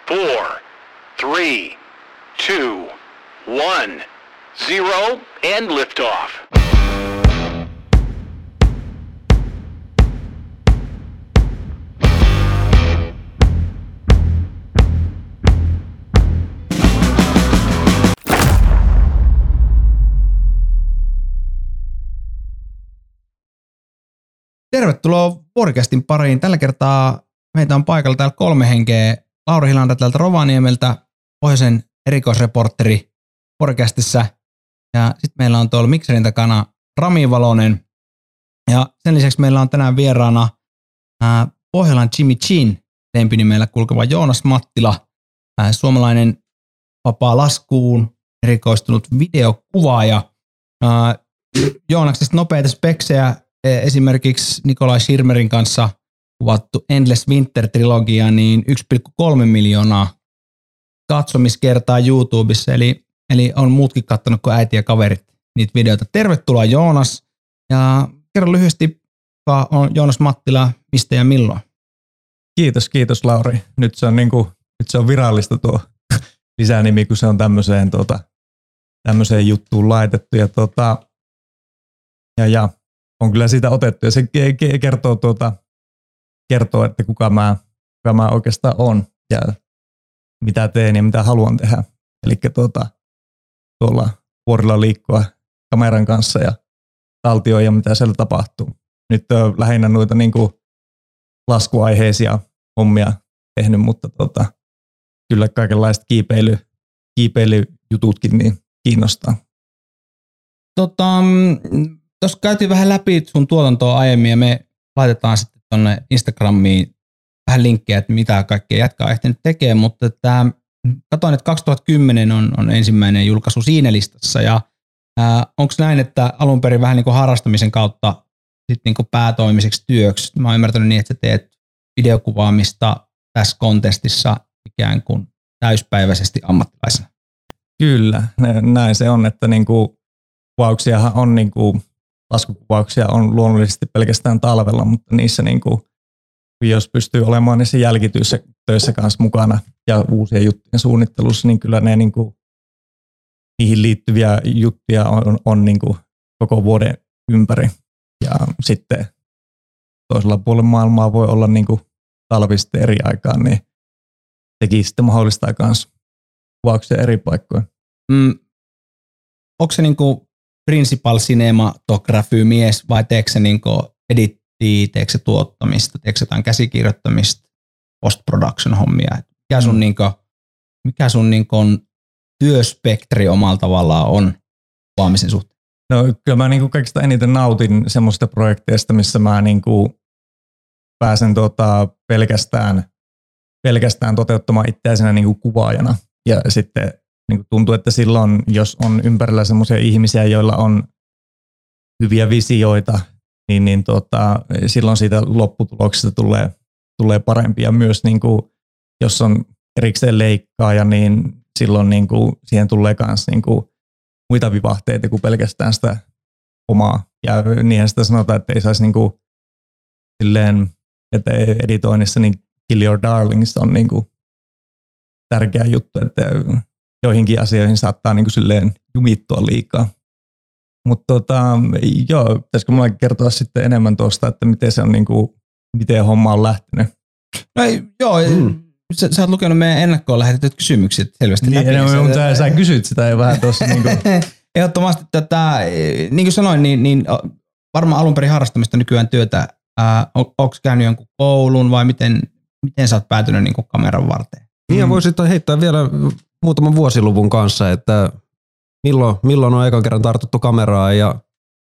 4, 3, 2, 1, 0, and liftoff. Tervetuloa Vuoricastin pariin. Tällä kertaa meitä on paikalla täällä 3 henkeä. Lauri Hilander täältä Rovaniemeltä, pohjoisen erikoisreportteri Vuoricastissa. Ja sitten meillä on tuolla mikserin takana Rami Valonen. Ja sen lisäksi meillä on tänään vieraana Pohjolan Jimmy Chin lempinimellä kulkeva Joonas Mattila, suomalainen vapaa laskuun erikoistunut videokuvaaja. Joonaksesta nopeita speksejä. Esimerkiksi Nikolai Schirmerin kanssa kuvattu Endless Winter-trilogia, niin 1,3 miljoonaa katsomiskertaa YouTubessa, eli on muutkin kattonut kuin äiti ja kaverit niitä videoita. Tervetuloa Joonas, ja kerro lyhyesti, kuka on Joonas Mattila, mistä ja milloin? Kiitos Lauri. Nyt se on virallista tuo lisänimi, kun se on tämmöiseen juttuun laitettu, ja on kyllä siitä otettu, ja se kertoo, että kuka mä oikeastaan on ja mitä teen ja mitä haluan tehdä. Eli tuolla vuorilla liikkua kameran kanssa ja taltioida, mitä siellä tapahtuu. Nyt on lähinnä noita laskuaiheisia hommia tehnyt, mutta kyllä kaikenlaiset kiipeilyjututkin niin kiinnostaa. Tuossa käytiin vähän läpi sun tuotantoa aiemmin, ja me laitetaan sitten tuonne Instagramiin vähän linkkejä, että mitä kaikkea jätkä on ehtinyt tekemään, mutta katsoin, että 2010 on ensimmäinen julkaisu siinä listassa, ja onko näin, että alun perin vähän niin kuin harrastamisen kautta sit niin kuin päätoimiseksi työksi? Mä oon ymmärtänyt niin, että sä teet videokuvaamista tässä kontestissa ikään kuin täyspäiväisesti ammattilaisena. Kyllä, näin se on, että kuvauksiahan on laskukuvauksia on luonnollisesti pelkästään talvella, mutta niissä jos pystyy olemaan niissä jälkitöissä kanssa mukana ja uusien juttujen suunnittelussa, niin kyllä ne niihin liittyviä juttuja on koko vuoden ympäri. Ja sitten toisella puolella maailmaa voi olla talvista eri aikaan, niin sekin sitten mahdollistaa myös kuvauksia eri paikkoja. Onko se principal cinematography mies vai teekö se edittiä, teekö se tuottamista, teekö se jotain käsikirjoittamista, post-production hommia? Mikä sun työspektri omalla tavallaan on kuvaamisen suhteen? No kyllä mä kaikista eniten nautin semmoista projekteista, missä mä pääsen pelkästään toteuttamaan itseäisenä kuvaajana. Ja sitten tuntuu, että silloin, jos on ympärillä semmoisia ihmisiä, joilla on hyviä visioita, niin silloin siitä lopputuloksesta tulee parempia. Myös jos on erikseen leikkaaja, niin silloin siihen tulee myös muita vivahteita kuin pelkästään sitä omaa. Ja niinhän sitä sanotaan, että ei saisi silleen, että editoinnissa niin kill your darlings on tärkeä juttu, että joihinkin asioihin saattaa silleen jumittua liikaa. Mutta joo, pitäisikö mulla kertoa sitten enemmän tuosta, että miten se on miten homma on lähtenyt? No sä oot lukenut meidän ennakkoon lähetetyt kysymykset selvästi läpi. Niin, sä kysyt sitä jo vähän tuossa. Ehdottomasti niin kuin sanoin, niin varmaan alun perin harrastamista nykyään työtä. Onko käynyt jonkun koulun vai miten sä oot päätynyt kameran varteen? Niin ja voisit heittää vielä muutaman vuosiluvun kanssa, että milloin on ekan kerran tartuttu kameraan ja...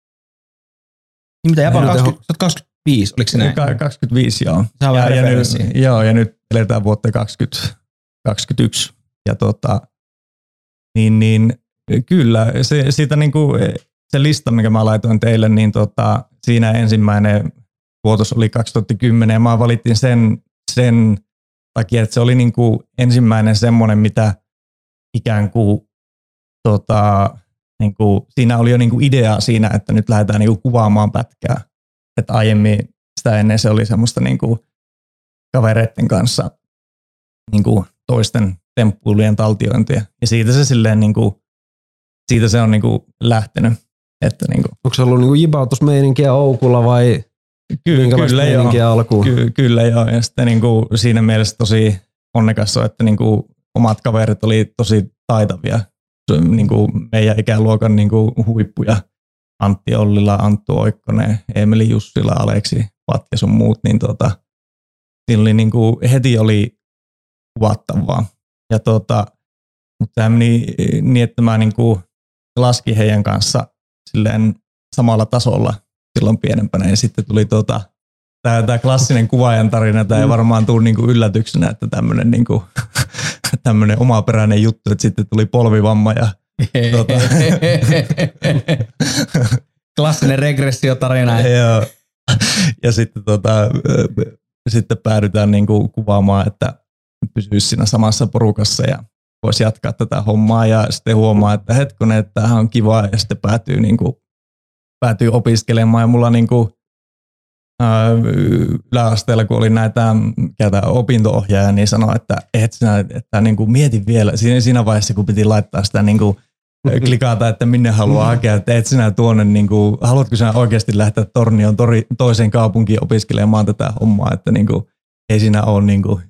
Mitä Japan 25, oliko se näin? 25, joo. Se on vähän referenssi. Ja nyt eletään vuotta 2021. Ja kyllä, siitä se lista, mikä mä laitoin teille, niin siinä ensimmäinen vuotos oli 2010 ja mä valittiin sen takia, että se oli ensimmäinen semmoinen, mitä ikään kuin siinä oli jo idea siinä, että nyt lähdetään kuvaamaan pätkää. Että aiemmin sitä ennen se oli semmoista kavereiden kanssa toisten temppuilujen taltiointia. Ja siitä se silleen niinku, siitä se on niinku lähtenyt. Että niinku. Onko se ollut niinku jibautusmeininkiä Oukulla vai minkälaista meininkiä alkuun? Kyllä joo. Ja sitten niinku siinä mielessä tosi onnekas on, että niinku omat kaverit oli tosi taitavia. Niinku meidän ikäluokan niinku huippuja. Antti Ollila, Anttu Oikkonen, Emeli Jussila, Aleksi Pat ja sun muut. Niin siinä oli niinku, heti oli kuvattavaa. Ja mutta tämä meni niin, että mä niinku laskin heidän kanssa silleen samalla tasolla silloin pienempänä. Ja sitten tuli tämä klassinen kuvaajan tarina. Tämä ei varmaan tule niinku yllätyksenä, että tämmöinen niinku, omaperäinen juttu, että sitten tuli polvivamma ja klassinen regressiotarina. Joo. Ja sitten, sitten päädytään niinku kuvaamaan, että pysyisi siinä samassa porukassa ja voisi jatkaa tätä hommaa ja sitten huomaa, että hetkonen, että tämähän on kivaa ja sitten päätyy opiskelemaan ja mulla niinku yläasteella, kun oli näitä opinto-ohjaaja, niin sanoi, että niinku mieti vielä siinä vaiheessa, kun piti laittaa sitä niinku klikata, että minne haluaa hakea, että et sinä tuonne, niinku, haluatko sinä oikeasti lähteä Tornioon toiseen kaupunkiin opiskelemaan tätä hommaa, että niinku, ei siinä ole niinku,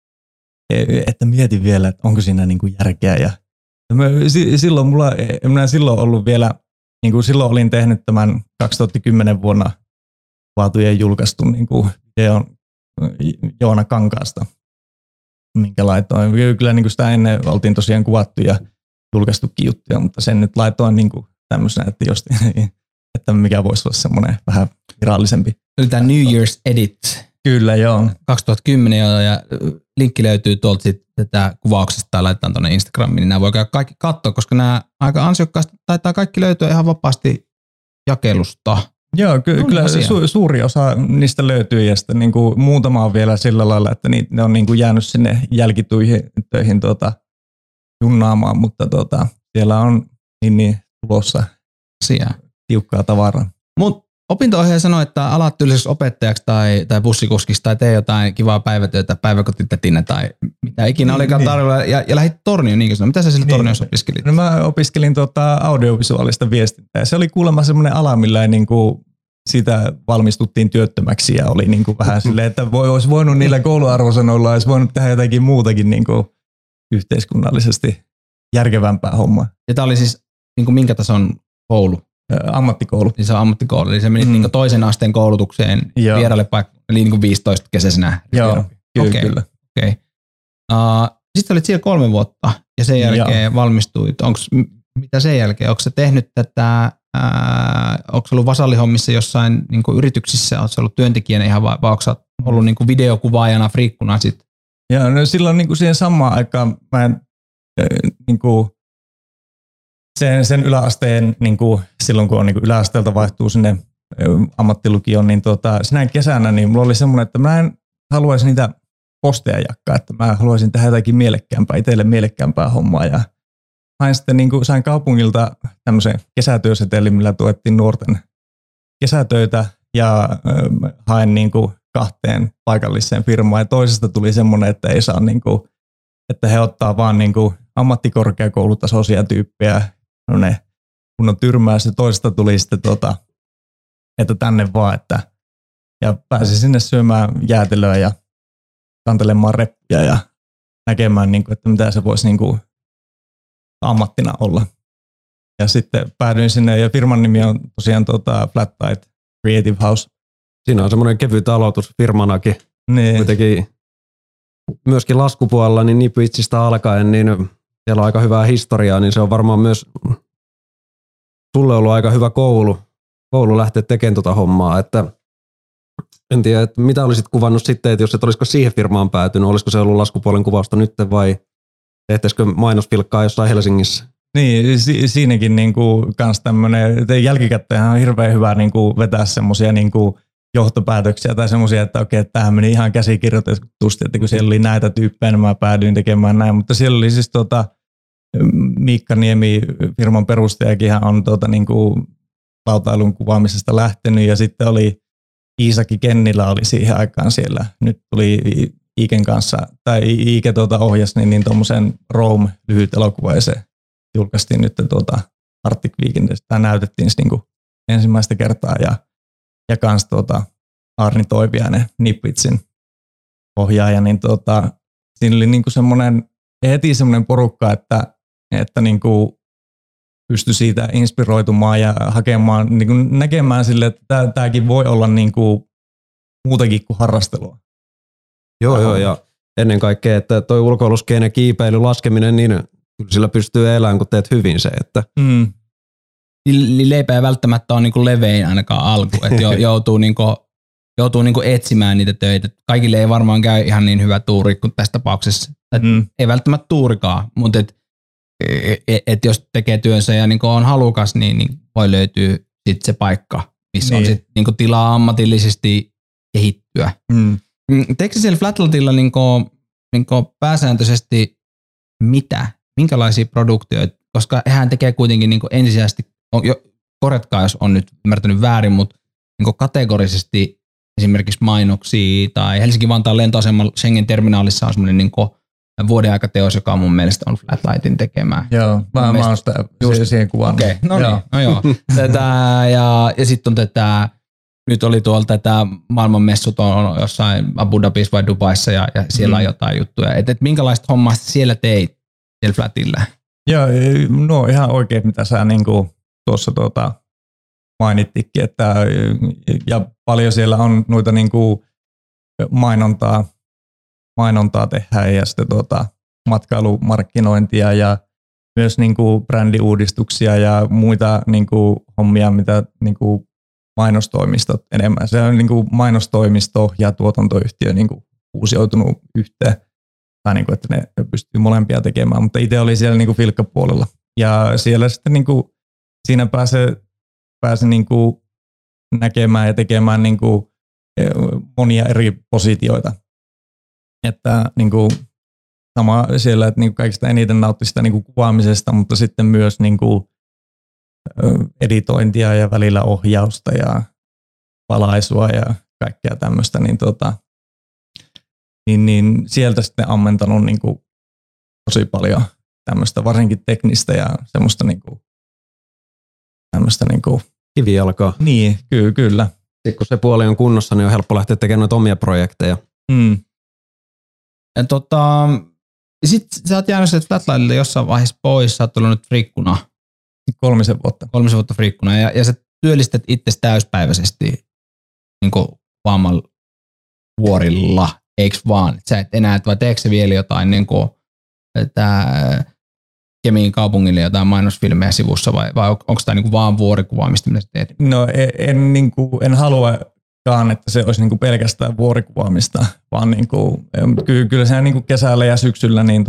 että mieti vielä, että onko siinä niinku järkeä. Ja silloin minä silloin ollut vielä, niinku silloin olin tehnyt tämän 2010 vuonna Vaatujen julkaistun niinku videon Joona Kankaasta, minkä laitoin. Kyllä niinku sitä ennen oltiin tosiaan kuvattu ja julkaistukin juttuja, mutta sen nyt laitoin niinku tämmöisenä, että mikä voisi olla semmoinen vähän virallisempi. Oli tämä New Year's Edit. Kyllä, joo. 2010 ja linkki löytyy tuolta sitten tätä kuvauksesta tai laitetaan tuonne Instagramiin, niin nämä voi kaikki katsoa, koska nämä aika ansiokkaasti taitaa kaikki löytyä ihan vapaasti jakelusta. Joo, kyllä suuri osa niistä löytyy ja sitten niinku muutama on vielä sillä lailla, että ne on niinku jäänyt sinne jälkitöihin junnaamaan, mutta siellä on niin tulossa tiukkaa tavaraa. Mut opinto-ohjaaja sanoi, että alat tylsäksi opettajaksi tai bussikuskiksi tai tee jotain kivaa päivätyötä päiväkotitätinä tai mitä ikinä olikaan tarjolla ja lähdit Tornioon, niin kuin sanoin. Mitä sä sillä Torniossa opiskelit? No mä opiskelin audiovisuaalista viestintää. Se oli kuulemma semmoinen ala, millä niinku siitä valmistuttiin työttömäksi ja oli niinku vähän silleen, että olisi voinut niillä kouluarvosanoilla, olisi voinut tehdä jotakin muutakin niinku yhteiskunnallisesti järkevämpää hommaa. Ja tämä oli siis niinku minkä tason koulu? Ammattikoulu. Niin se on ammattikoulu, eli se menit niinku toisen asteen koulutukseen vieraille paikkaan, eli niinku 15 kesäisenä. Joo, kyllä. Okay. Sitten olit siellä 3 vuotta ja sen jälkeen valmistuit. Mitä sen jälkeen? Onko sä tehnyt tätä, onko ollut vasallihommissa jossain niinku yrityksissä, oletko ollut työntekijänä ihan vai onko sä ollut niinku videokuvaajana, friikkuna sitten? Joo, no silloin niinku siihen samaan aikaan mä niinku sen yläasteen, niinku, silloin kun on niinku yläasteelta vaihtuu sinne ammattilukioon, niin sinä kesänä niin mulla oli semmoinen, että mä en haluaisi niitä posteja jakaa, että mä haluaisin tehdä jotakin mielekkäämpää, itselle mielekkäämpää hommaa ja sain kaupungilta tämmöisen kesätyösetelin, millä tuettiin nuorten kesätöitä ja hain niinku 2 paikalliseen firmaan ja toisesta tuli semmoinen, että ei saa niinku, että he ottaa vaan niinku ammattikorkeakoulutasoisia tyyppejä, no ne kunnon tyrmäys ja toisesta tuli sitten että tänne vaan, että ja pääsin sinne syömään jäätelöä ja kantelemaan reppiä ja näkemään niinku, että mitä se voisi niinku ammattina olla. Ja sitten päädyin sinne ja firman nimi on tosiaan Flat Tide Creative House. Siinä on semmoinen kevyt aloitus firmanakin. Niin. Kuitenkin myöskin laskupuolella niin Nipitsistä alkaen, niin siellä on aika hyvää historiaa, niin se on varmaan myös sulle ollut aika hyvä koulu lähteä tekemään tuota hommaa. Että en tiedä, että mitä olisit kuvannut sitten, että jos et olisiko siihen firmaan päätynyt, olisiko se ollut laskupuolen kuvausta nyt vai tehtaisikö mainosfilkkaa jossain Helsingissä? Niin, siinäkin niinku kans tämmönen, jälkikäteenhän on hirveän hyvä niinku vetää semmosia niinku johtopäätöksiä tai semmosia, että okei, että tämähän meni ihan käsikirjoitetusti, että kun siellä oli näitä tyyppejä, niin mä päädyin tekemään näin, mutta siellä oli siis Miikka Niemi, firman perustajakin on niinku lautailun kuvaamisesta lähtenyt ja sitten oli Iisaki Kennilä oli siihen aikaan siellä. Nyt tuli Iiken kanssa, tai Iike ohjasi, niin tuommoisen Rome lyhyt elokuva, ja se julkaistiin nyt Arctic Weekendistä, tai näytettiin se niinku ensimmäistä kertaa, ja kans Arni Toiviainen, Nipwitsin ohjaaja, niin siinä oli niinku heti semmoinen porukka, että niinku pystyi siitä inspiroitumaan ja hakemaan, niinku näkemään sille, että tämäkin voi olla niinku muutakin kuin harrastelua. Joo, ja ennen kaikkea, että toi ulkoiluskeinen kiipeily, laskeminen, niin kyllä sillä pystyy elämään, kun teet hyvin se. Että. Leipä ei välttämättä ole niinku levein ainakaan alku, että joutuu etsimään niitä töitä. Kaikille ei varmaan käy ihan niin hyvä tuuri kuin tässä tapauksessa. Ei välttämättä tuurikaan, mutta et jos tekee työnsä ja niinku on halukas, niin voi löytyä sit se paikka, missä on sit niinku tilaa ammatillisesti kehittyä. Teekö siellä Flatlatilla niinku pääsääntöisesti minkälaisia produktioita, koska hän tekee kuitenkin niinku ensisijaisesti, korjatkaa jos on nyt ymmärtänyt väärin, mutta niinku kategorisesti esimerkiksi mainoksia tai Helsinki-Vantaan lentoasemalla Schengen-terminaalissa on semmoinen niinku vuodeaikateos, joka on mun mielestä on Flatlightin tekemään. Joo, mä oon sitä siihen kuvaan. Okei, no joo. Ja sitten on tätä, nyt oli tuolla tätä maailmanmessut on jossain Abu Dhabissa vai Dubaissa ja siellä on jotain juttuja. Et minkälaista hommaa siellä teit siellä Flatilla? Joo, no ihan oikein, mitä sä niinku tuossa mainittikin, että ja paljon siellä on noita niinku mainontaa tehdään ja sitten matkailumarkkinointia ja myös niinku brändiuudistuksia ja muita niinku hommia, mitä niinku mainostoimistot enemmän. Se on niinku mainostoimisto ja tuotantoyhtiö niinku uusioitunut yhteen, tai niinku, että ne pystyy molempia tekemään, mutta itse oli siellä niinku filkkapuolella ja siellä sitten niinku siinä pääsee niinku näkemään ja tekemään niinku monia eri positioita. Että niinku sama siellä, että niinku kaikista eniten nautti sitä niinku kuvaamisesta, mutta sitten myös niinku editointia ja välillä ohjausta ja valaisua ja kaikkea tämmöistä, niin sieltä sitten ammentanut niinku tosi paljon tämmöistä varsinkin teknistä ja semmoista niinku tämmöistä niinku kivijalkaa. Niin, kyllä. Sitten kun se puoli on kunnossa, niin on helppo lähteä tekemään noita omia projekteja. Ja sitten sä oot jäänyt sieltä Flatlightille jossain vaiheessa pois, sä oot tullut nyt friikkuna. 3 vuotta. 3 vuotta friikkuna ja sä työllistät itsesi täyspäiväisesti niinku Vaaman vuorilla, eiks vaan? Sä et enää, vai teekö se vielä jotain niinku, Kemiin kaupungille jotain mainosfilmejä sivussa vai onko tämä niinku vaan vuorikuvaamista, mitä sä teet? No en haluakaan, että se olisi niinku pelkästään vuorikuvaamista, vaan niinku, kyllä se niinku kesällä ja syksyllä niin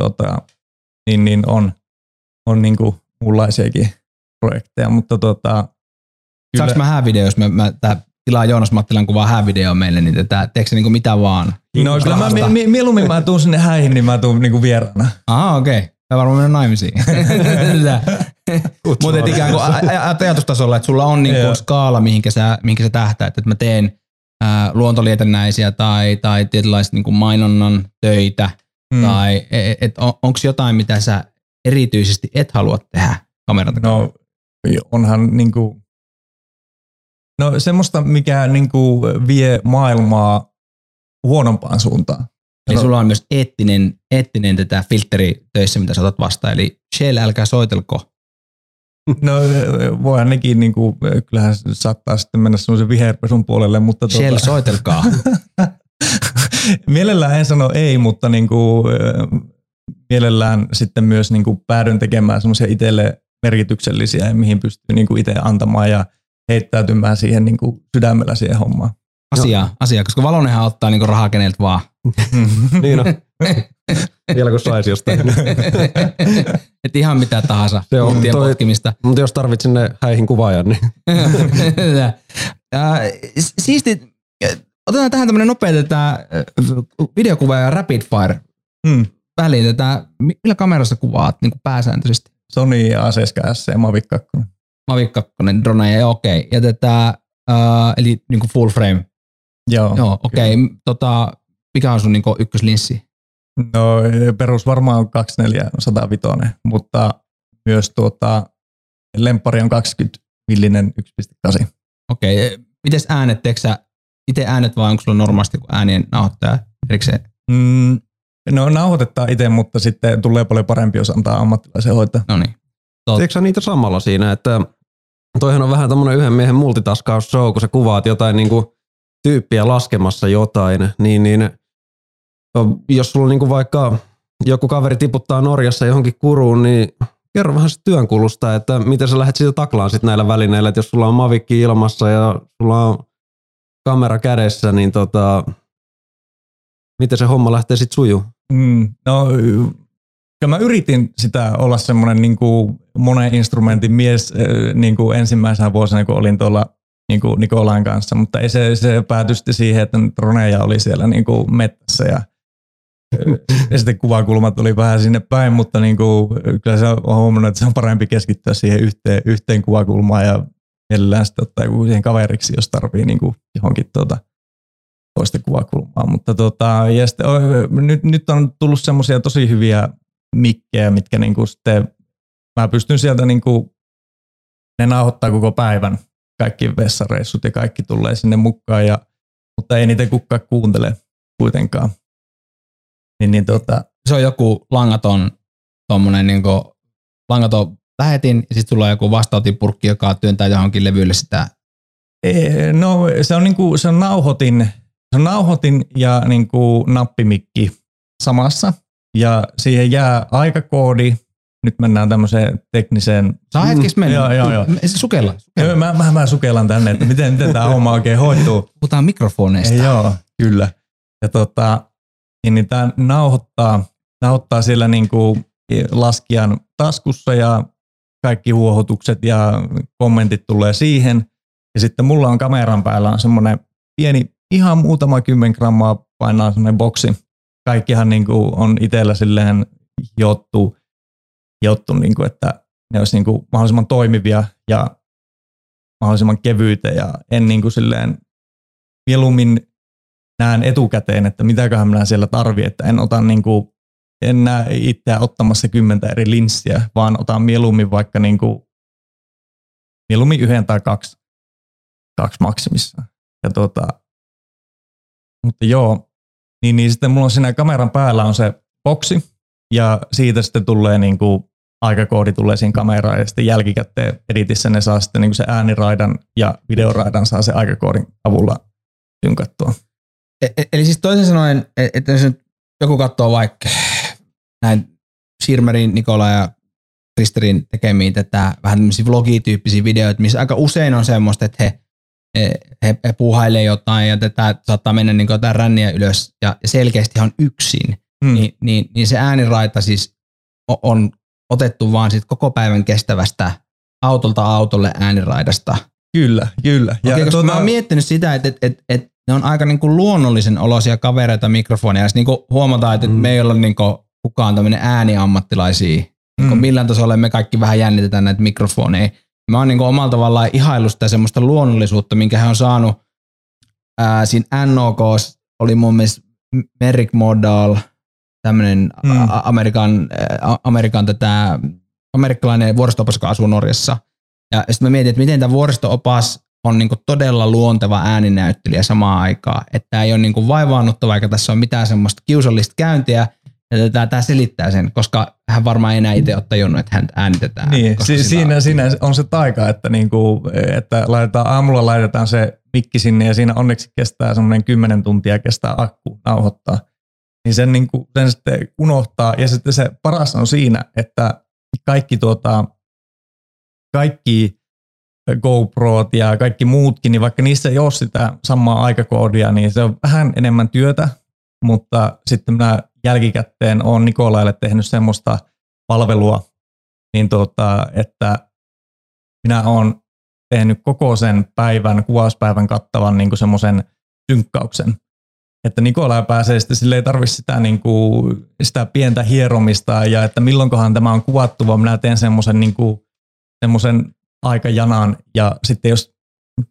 on niinku muunlaisiakin projekteja, mutta saanko mä häävideo, jos mä tilaan Joonas Mattilan kuvaa häävideo meille, niin teekö se niinku mitä vaan? No kyllä mieluummin mä tuun sinne häihin, niin mä tuun niinku vieraana. Okei. Mä varmaan mennä naimisiin. Mutta ikään kuin ajatustasolla, että sulla on niinku skaala, mihinkä sä tähtäät, että mä teen luontoliitännäisiä tai tietynlaista niinku mainonnan töitä, tai onko jotain, mitä sä erityisesti et halua tehdä kameran takana? No onhan niinku, no semmoista, mikä niinku vie maailmaa huonompaan suuntaan. Eli sulla on myös eettinen tätä filtteri töissä, mitä sä otat vastaan, eli Shell, älkää soitelko. No voihan nekin, niinku, kyllähän saattaa sitten mennä semmoisen viherpesun puolelle, mutta Shell, soitelkaa. Mielellään en sano ei, mutta niinku, mielellään sitten myös niinku päädyn tekemään semmoisia itselle merkityksellisiä, mihin pystyy niinku itse antamaan ja heittäytymään siihen niinku sydämellä siihen hommaan. Asia, koska Valonenhan ottaa niinku rahaa keneltä vaan. Niin on. Vielä kun saisi jostain. Et ihan mitä tahansa. Se on potkimista. Mutta jos tarvitset sinne häihin kuvaajan, niin. Siisti. Otetaan tähän tämmönen nopea videokuva ja rapid fire väliin. Millä kamerassa kuvaat niin pääsääntöisesti? Sony A7S, Mavic 2. Mavic 2, droneja, okei. Ja eli niin full frame. Joo, okei. mikä on sun niin ykköslinssi? No perus varmaan on 24-105, mutta myös lemppari on 20 millinen 1.8. Okei, mites äänet, teekö sä itse äänet vai onko sulla normaalisti äänien nauhoittaja erikseen? No nauhoitetaan itse, mutta sitten tulee paljon parempi, jos antaa ammattilaisen hoitaa. No niin. Teekö sä niitä samalla siinä, että toihan on vähän tämmönen yhden miehen multitaskausshow, kun sä kuvaat jotain niinku tyyppiä laskemassa jotain, niin jos sulla niinku vaikka joku kaveri tiputtaa Norjassa johonkin kuruun, niin kerro vähän työnkulusta, että miten sä lähdet siitä taklaan sit näillä välineillä, että jos sulla on mavikki ilmassa ja sulla on kamera kädessä, niin miten se homma lähtee sit sujuu? No, mä yritin sitä olla semmoinen niinku monen instrumentin mies niinku ensimmäisenä vuosina, kun olin tuolla niinku Nikolain kanssa, mutta ei se päätyi siihen, että droneja oli siellä niinku mettässä ja sitten kuvakulmat oli vähän sinne päin, mutta niinku, kyllä se on huomannut, että se on parempi keskittyä siihen yhteen kuvakulmaan ja mielellään sitten ottaa joku siihen kaveriksi, jos tarvii niinku johonkin toista kuvakulmaa. Mutta ja sitten, nyt on tullut semmoisia tosi hyviä mikkejä, mitkä niinku sitten, mä pystyn sieltä niinku, ne nauhoittaa koko päivän, kaikki vessareissut ja kaikki tulee sinne mukaan, mutta ei niitä kukaan kuuntele kuitenkaan. Se on joku langaton tommonen niinku langaton lähetin ja sitten sulla on joku vastaanottinpurkki, joka työntää johonkin levylle sitä. No se on niinku se on nauhoitin ja niinku nappimikki samassa ja siihen jää aikakoodi. Nyt mennään tämmöiseen tekniseen. Saa hetkessä mennä. Joo. Sukella. Mä sukellan tänne, että miten tämä homma oikein hoituu. Puhutaan mikrofoneista. Joo, kyllä. Ja niin tämä nauhoittaa siellä niinku laskijan taskussa ja kaikki huohotukset ja kommentit tulee siihen. Ja sitten mulla on kameran päällä on semmoinen pieni, ihan muutama 10 grammaa painaa semmoinen boksi. Kaikkihan niinku on itsellä silleen jottu niinku, että ne olisi niinku mahdollisimman toimivia ja mahdollisimman kevyitä ja en niinku silleen mieluummin näen etukäteen, että mitäköhän minä siellä tarvii, että en näe itseä ottamassa 10 eri linssiä, vaan otan mieluummin vaikka mieluummin 1 tai 2 maksimissa. Ja mutta joo, niin sitten mulla on siinä kameran päällä on se boksi ja siitä sitten tulee aikakoodi tulee siinä kameraan ja sitten jälkikäteen editissä ne saa sitten se ääniraidan ja videoraidan saa se aikakoodin avulla synkattua. Eli siis toisin sanoen, että jos nyt joku katsoo vaikka näin Schirmerin, Nikola ja Kristerin tekemiä tätä vähän tämmöisiä vlogityyppisiä videoita, missä aika usein on semmoista, että he puuhailee jotain ja tätä saattaa mennä niin kuin jotain ränniä ylös ja selkeästi on yksin, niin se ääniraita siis on otettu vaan sit koko päivän kestävästä autolta autolle ääniraidasta. Kyllä. Ja koska mä oon miettinyt sitä, että ne on aika niinku luonnollisen oloisia kavereita mikrofoneja. Ja niinku huomataan, että me ei olla niinku kukaan tämmöinen ääniammattilaisia. Niinku millään tasolla me kaikki vähän jännitetään näitä mikrofoneja. Mä oon niinku omalla tavallaan ihaillut sitä semmoista luonnollisuutta, minkä he on saanut. Siinä NOK:ssa oli mun mielestä Merrick Modal, tämmöinen amerikkalainen vuoristo-opas, joka asuu Norjassa. Ja sitten mä mietin, että miten tämä vuoristo-opas on niinku todella luonteva ääninäyttelijä samaan aikaan. Että tämä ei ole niinku vaivaannuttava, vaikka tässä on mitään semmoista kiusallista käyntiä. Ja tämä selittää sen, koska hän varmaan ei enää itse ole tajunnut, että hän äänitetään. Niin, siinä on se taika, että, että aamulla laitetaan se mikki sinne ja siinä onneksi kestää semmoinen 10 tuntia kestää akku nauhoittaa. Niin sen sitten unohtaa ja sitten se paras on siinä, että kaikki GoProt ja kaikki muutkin, niin vaikka niissä ei ole sitä samaa aikakoodia, niin se on vähän enemmän työtä, mutta sitten minä jälkikäteen olen Nikolaille tehnyt semmoista palvelua, niin että minä olen tehnyt koko sen kuvauspäivän kattavan semmoisen synkkauksen, että Nikolai pääsee sitten, sille ei tarvitse sitä pientä hieromista ja että milloinkohan tämä on kuvattu, vaan minä teen semmoisen aikajanan ja sitten jos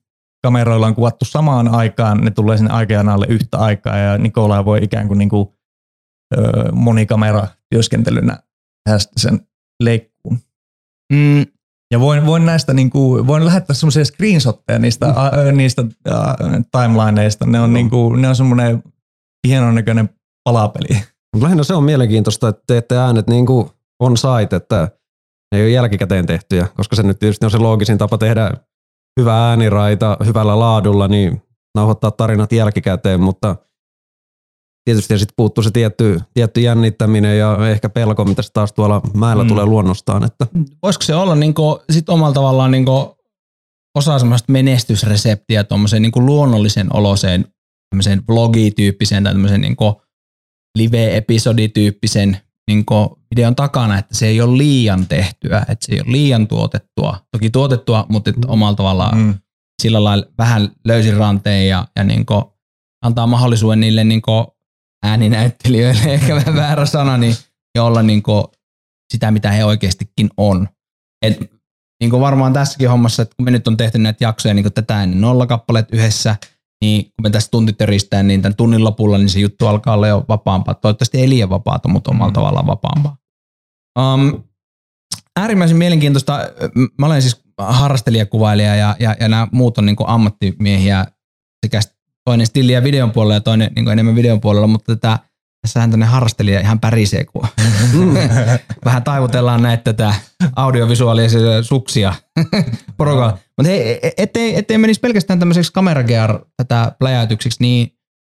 kameroilla on kuvattu samaan aikaan, ne tulee sinne aikajanalle yhtä aikaa ja Nikolai voi ikään kuin niinku, monikamera työskentelynä tehdä sen leikkuun. Ja voin näistä voin lähettää semmoisia screenshotteja niistä timelineista. Ne on semmoinen hienon näköinen palapeli. Lähinnä se on mielenkiintoista, että teette äänet niin kuin on site, että ne ei ole jälkikäteen tehtyjä, koska se nyt tietysti on se loogisin tapa tehdä hyvä ääniraita hyvällä laadulla, niin nauhoittaa tarinat jälkikäteen, mutta tietysti sitten puuttuu se tietty jännittäminen ja ehkä pelko, mitä se taas tuolla mäellä tulee luonnostaan. Että. Voisiko se olla sit omalla tavallaan osa semmoista menestysreseptiä tuommoiseen luonnollisen oloseen, tämmöiseen vlogityyppiseen tai tämmöiseen live-episodityyppisen videon takana, että se ei ole liian tehtyä, että se ei ole liian tuotettua. Toki tuotettua, mutta omalla tavallaan sillä lailla vähän löysin ranteen ja antaa mahdollisuuden niille ääninäyttelijöille, ehkä vähän väärä sana, niin olla sitä, mitä he oikeastikin on. Et, varmaan tässäkin hommassa, että kun me nyt on tehty näitä jaksoja tätä ennen 0 kappaleet yhdessä, niin kun me tässä tunti töristään, niin tämän tunnin lopulla niin se juttu alkaa olla jo vapaampaa. Toivottavasti ei liian vapaata, mutta omalla tavallaan vapaampaa. Äärimmäisen mielenkiintoista. Mä olen siis harrastelijakuvailija ja nämä muut on ammattimiehiä sekä toinen stilli- ja videon puolella ja toinen enemmän videon puolella, mutta tässähän tänne harrastelija ihan pärisee, kun vähän taivutellaan näitä audiovisuaalisia suksia porukalla. Mutta hei, ettei menisi pelkästään tämmöiseksi camera gear tätä pläjäytyksiksi, niin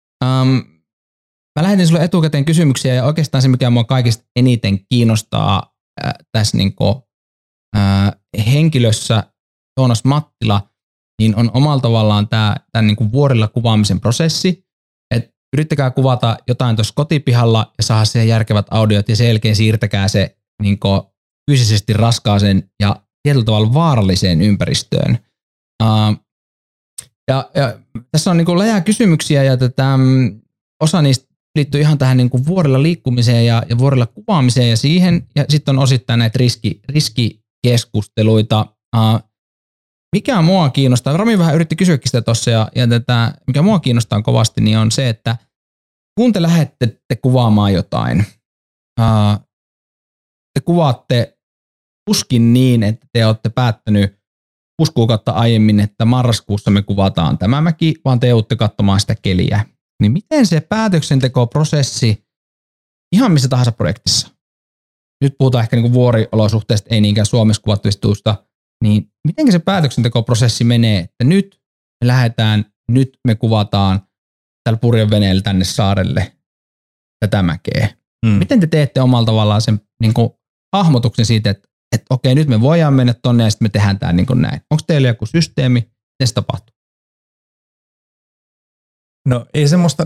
mä lähetin sulle etukäteen kysymyksiä ja oikeastaan se, mikä mua kaikista eniten kiinnostaa tässä henkilössä, Joonas Mattila, niin on omalla tavallaan tämän vuorilla kuvaamisen prosessi, että yrittäkää kuvata jotain tuossa kotipihalla ja saada siihen järkevät audiot ja sen jälkeen siirtäkää se fyysisesti raskaaseen ja tietyllä tavalla vaaralliseen ympäristöön. Ja tässä on läjää kysymyksiä ja osa niistä liittyy ihan tähän vuorilla liikkumiseen ja vuorilla kuvaamiseen ja siihen, ja sitten on osittain näitä riskikeskusteluita. Mikä mua kiinnostaa, Rami vähän yritti kysyäkin sitä tuossa, ja mikä mua kiinnostaa kovasti, niin on se, että kun te lähdette kuvaamaan jotain, te kuvaatte tuskin niin, että te olette päättänyt 6 kuukautta aiemmin, että marraskuussa me kuvataan tämä mäki, vaan te joudutte katsomaan sitä keliä. Niin miten se päätöksentekoprosessi ihan missä tahansa projektissa, nyt puhutaan ehkä vuoriolosuhteista, ei niinkään Suomessa kuvattuistuista, niin miten se päätöksentekoprosessi menee, että nyt me lähdetään, nyt me kuvataan tällä purjeveneellä tänne saarelle tätä mäkeä. Miten te teette omalla tavallaan sen hahmotuksen siitä, että okei, nyt me voidaan mennä tonne ja sitten me tehdään tämä näin. Onko teillä joku systeemi? Miten se tapahtuu? No ei semmoista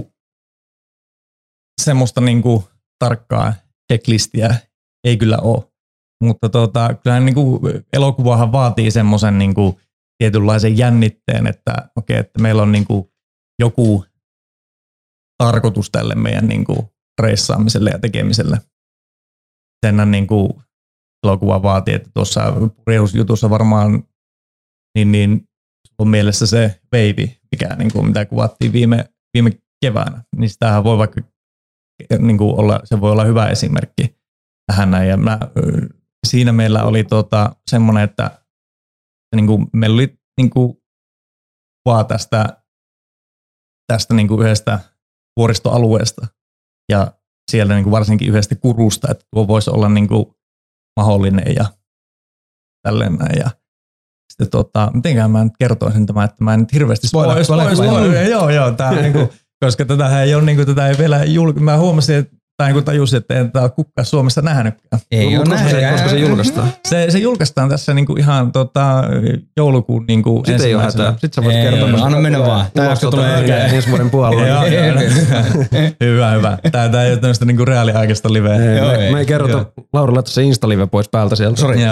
tarkkaa checklistiä ei kyllä ole. Mutta kyllähän elokuvahan vaatii semmoisen tietynlaisen jännitteen, että okei, että meillä on joku tarkoitus tälle meidän reissaamiselle ja tekemiselle. Senhän elokuva vaatii, että tuossa purjehdusjutussa varmaan niin on mielessä se veivi, mitä kuvattiin viime keväänä. Niin sitähän voi vaikka olla, se voi olla hyvä esimerkki tähän näin. Ja siinä meillä oli semmoinen, että meillä oli kuvaa tästä yhdestä vuoristoalueesta ja siellä varsinkin yhdestä kurusta, että tuo voisi olla mahdollinen ja tälleen näin. Ja sitten mitenkään mä nyt kertoisin tämän, että mä en nyt hirveästi Joo, tää koska tätä ei ole tätä ei vielä mä huomasin, että tajusin, että ei tätä ole kukaan Suomessa nähnytkään. Ei ole nähnyt, koska se julkaistaan. Se julkaistaan tässä ihan joulukuun Sitten ei ole hätää. Sitten sä voit kertoa. Anna mennä vaan. Tämä jakso tulee ensi vuoden puolella. Hyvä. Tämä ei ole tämmöistä reaaliaikaista liveä. Me ei kerrota. Lauri, laita se Insta-live pois päältä sieltä. Sori.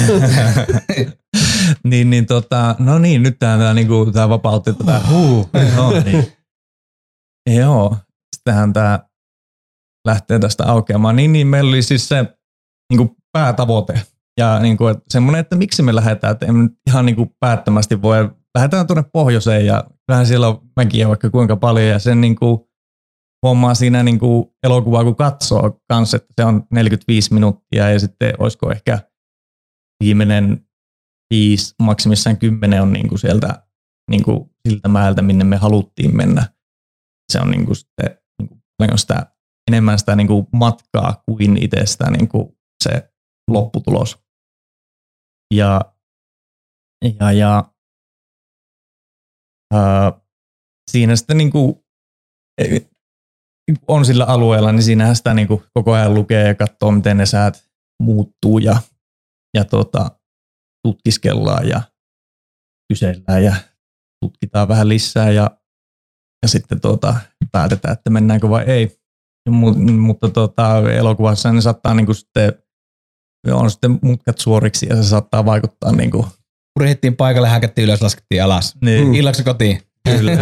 No niin, nyt tämä vapautti tätä. Joo. Sittenhän tämä lähtee tästä aukeamaan. Niin meillä oli siis se päätavoite ja semmoinen, että miksi me lähdetään, että emme nyt ihan päättömästi voi lähdetään tuonne pohjoiseen ja kyllähän siellä on mäkiä vaikka kuinka paljon ja sen niin kuin huomaa siinä niin kuin elokuvaa kun katsoo kanssa, että se on 45 minuuttia ja sitten olisiko ehkä viimeinen 5, maksimissaan 10 on niin kuin sieltä niin kuin siltä määltä, minne me haluttiin mennä. Se on niin kuin sitten niin kuin paljon sitä, enemmän sitä niin kuin matkaa kuin itse sitä niin kuin se lopputulos. Ja siinä sitten niin kuin on sillä alueella, niin siinähän sitä niin kuin koko ajan lukee ja katsoo, miten ne säät muuttuu ja tutkiskellaan ja kysellään ja tutkitaan vähän lisää ja sitten päätetään, että mennäänkö vai ei. Mutta elokuvassa ne saattaa niin kuin sitten, on sitten mutkat suoriksi ja se saattaa vaikuttaa niin kuin. Purjehittiin paikalle, häkättiin ylös, laskettiin alas. Niin. Illaksi kotiin. Kyllä.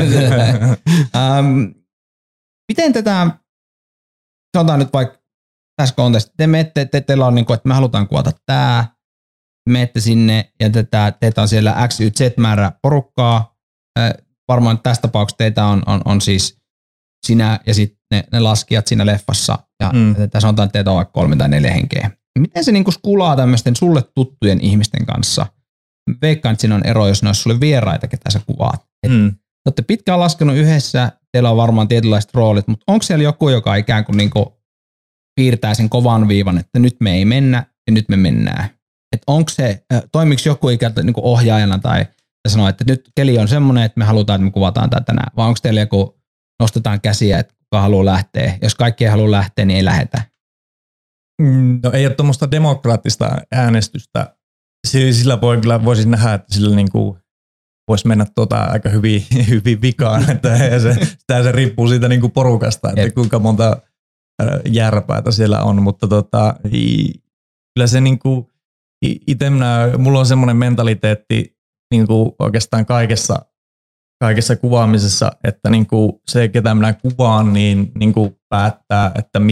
Miten tätä, sanotaan nyt vaikka tässä kontekstissa, te menette, teillä on niin kuin, että me halutaan kuvata tämä, menette sinne ja teitä on siellä X, Y, Z määrä porukkaa. Varmaan tässä tapauksessa teitä on siis sinä ja sitten ne laskijat siinä leffassa ja sanotaan, että teitä on vaikka 3 tai 4 henkeä. Miten se niin kuin skulaa tämmöisten sulle tuttujen ihmisten kanssa? Veikkaan, että siinä on ero, jos ne olisi sulle vieraita, ketä sä kuvaat. Te olette pitkään laskenut yhdessä, teillä on varmaan tietynlaiset roolit, mutta onko siellä joku, joka ikään kuin niinku piirtää sen kovan viivan, että nyt me ei mennä ja nyt me mennään? Että onko se, toimiko joku ikään kuin niinku ohjaajana tai sanoo, että nyt keli on semmoinen, että me halutaan, että me kuvataan tätä tänään, vai onko teillä joku, nostetaan käsiä, että kuka haluaa lähteä? Jos kaikki ei halua lähteä, niin ei lähetä. No ei ole tuommoista demokraattista äänestystä. Sillä voisi nähdä, että sillä niinku voisi mennä aika hyvin vikaan, että se riippuu siitä niinku porukasta, että kuinka monta järpäätä siellä on, mutta kyllä se niinku, itse mulla on semmoinen mentaliteetti niinku oikeastaan kaikessa kuvaamisessa, että niinku se, ketä minä kuvaan, niin niinku päättää, että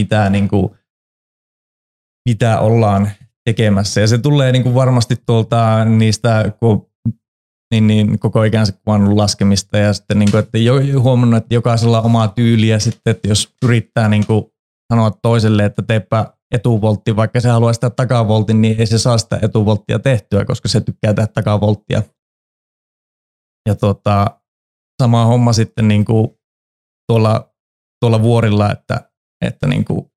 mitä ollaan tekemässä. Ja se tulee niin kuin varmasti tuolta niistä niin koko ikänsä kuvannut laskemista ja sitten niin kuin, että huomannut, että jokaisella on omaa tyyliä sitten, että jos yrittää niin kuin sanoa toiselle, että teepä etuvoltti, vaikka se haluaa sitä takavoltin, niin ei se saa sitä etuvolttia tehtyä, koska se tykkää tehdä takavolttia. Ja sama homma sitten niin kuin tuolla vuorilla, että niin kuin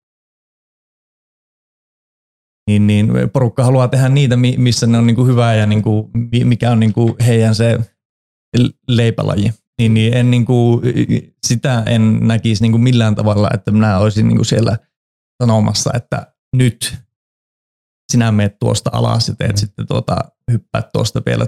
niin porukka haluaa tehdä niitä, missä ne on niinku hyvää ja niinku, mikä on niinku heidän se leipälaji. Niin en niinku, sitä en näkisi niinku millään tavalla, että minä olisin niinku siellä sanomassa, että nyt sinä meet tuosta alas ja teet sitten hyppäät tuosta vielä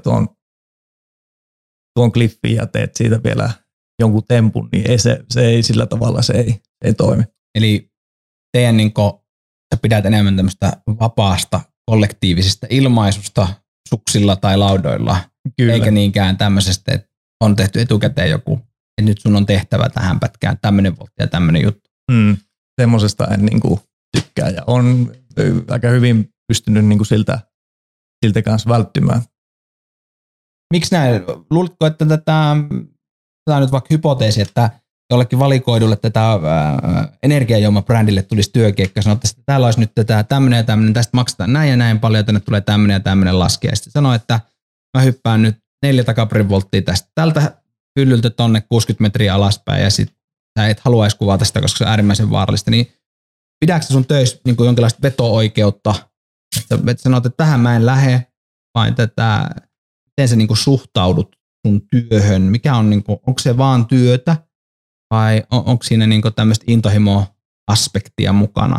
tuon kliffiin ja teet siitä vielä jonkun tempun, niin ei se ei sillä tavalla, se ei toimi. Eli teidän niinku sä pidät enemmän tämmöistä vapaasta kollektiivisesta ilmaisusta suksilla tai laudoilla, Kyllä. Eikä niinkään tämmöisestä, että on tehty etukäteen joku, että nyt sun on tehtävä tähän pätkään tämmöinen voltti ja tämmöinen juttu. Semmosesta en niinku tykkää ja on aika hyvin pystynyt niinku siltä kanssa välttymään. Miksi näin? Luuletko, että tämä on nyt vaikka hypoteesi, että jollekin valikoidulle tätä energiajuoma-brändille tulisi työkeikka, sanottaisiin, että täällä olisi nyt tämmöinen ja tämmöinen, tästä maksetaan näin ja näin paljon, tänne tulee tämmöinen ja tämmöinen laskea. Ja sitten sanoo, että mä hyppään nyt 4 takaperivolttia tästä tältä hyllyltä tonne 60 metriä alaspäin ja sitten sä et haluaisi kuvata sitä, koska se on äärimmäisen vaarallista, niin pidätkö sun töissä niin kuin jonkinlaista veto-oikeutta? Että sanot, että tähän mä en lähde, vai miten sä niin kuin suhtaudut sun työhön? Mikä on, niin kuin, onko se vaan työtä? Vai onko siinä niinku tämmöistä intohimo-aspektia mukana?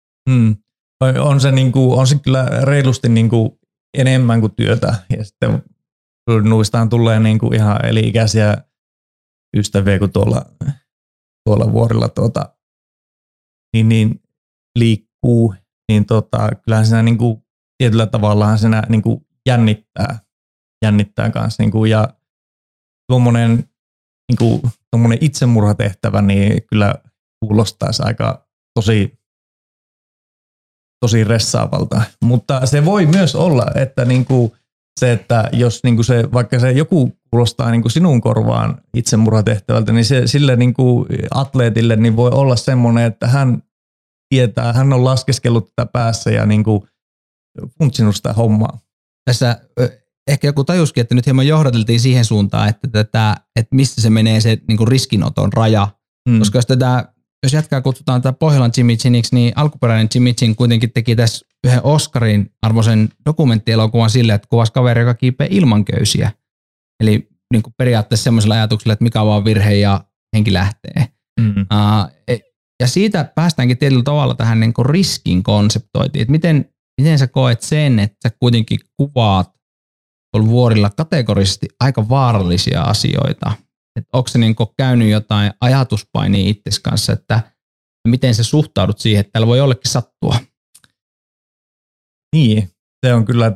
On se kyllä reilusti niinku enemmän kuin työtä. Ja sitten nuistaan tulee niinku ihan eli-ikäisiä ystäviä, kun tuolla vuorilla niin liikkuu. Niin kyllähän siinä niinku, tietyllä tavallaan siinä niinku jännittää kanssa. Niinku, ja tuommoinen itsemurhatehtävä, niin kyllä kuulostaisi aika tosi ressaavalta. Mutta se voi myös olla, että niinku se, että jos niinku se, vaikka se joku kuulostaa niin kuin sinun korvaan itsemurhatehtävältä, niin sille niin kuin atleetille niin voi olla semmoinen, että hän tietää, hän on laskeskellut tätä päässä ja niin kuin funtsinut sitä hommaa. Tässä ehkä joku tajuskin, että nyt hieman johdateltiin siihen suuntaan, että missä se menee se niin kuin riskinoton raja. Koska jos jätkää kutsutaan tätä Pohjolan Jimmy Chiniksi, niin alkuperäinen Jimmy Chin kuitenkin teki tässä yhden Oscarin arvoisen dokumenttielokuvan sille, että kuvasi kaveri, joka kiipee ilman köysiä. Eli niin kuin periaatteessa semmoisella ajatuksella, että mikä on vaan virhe ja henki lähtee. Ja siitä päästäänkin tietyllä tavalla tähän niin kuin riskin konseptointiin, että miten sä koet sen, että sä kuitenkin kuvaat tuolla vuorilla kategorisesti aika vaarallisia asioita. Että onko se niin kuin käynyt jotain ajatuspainia itsesi kanssa, että miten sä suhtaudut siihen, että täällä voi jollekin sattua? Niin, se on kyllä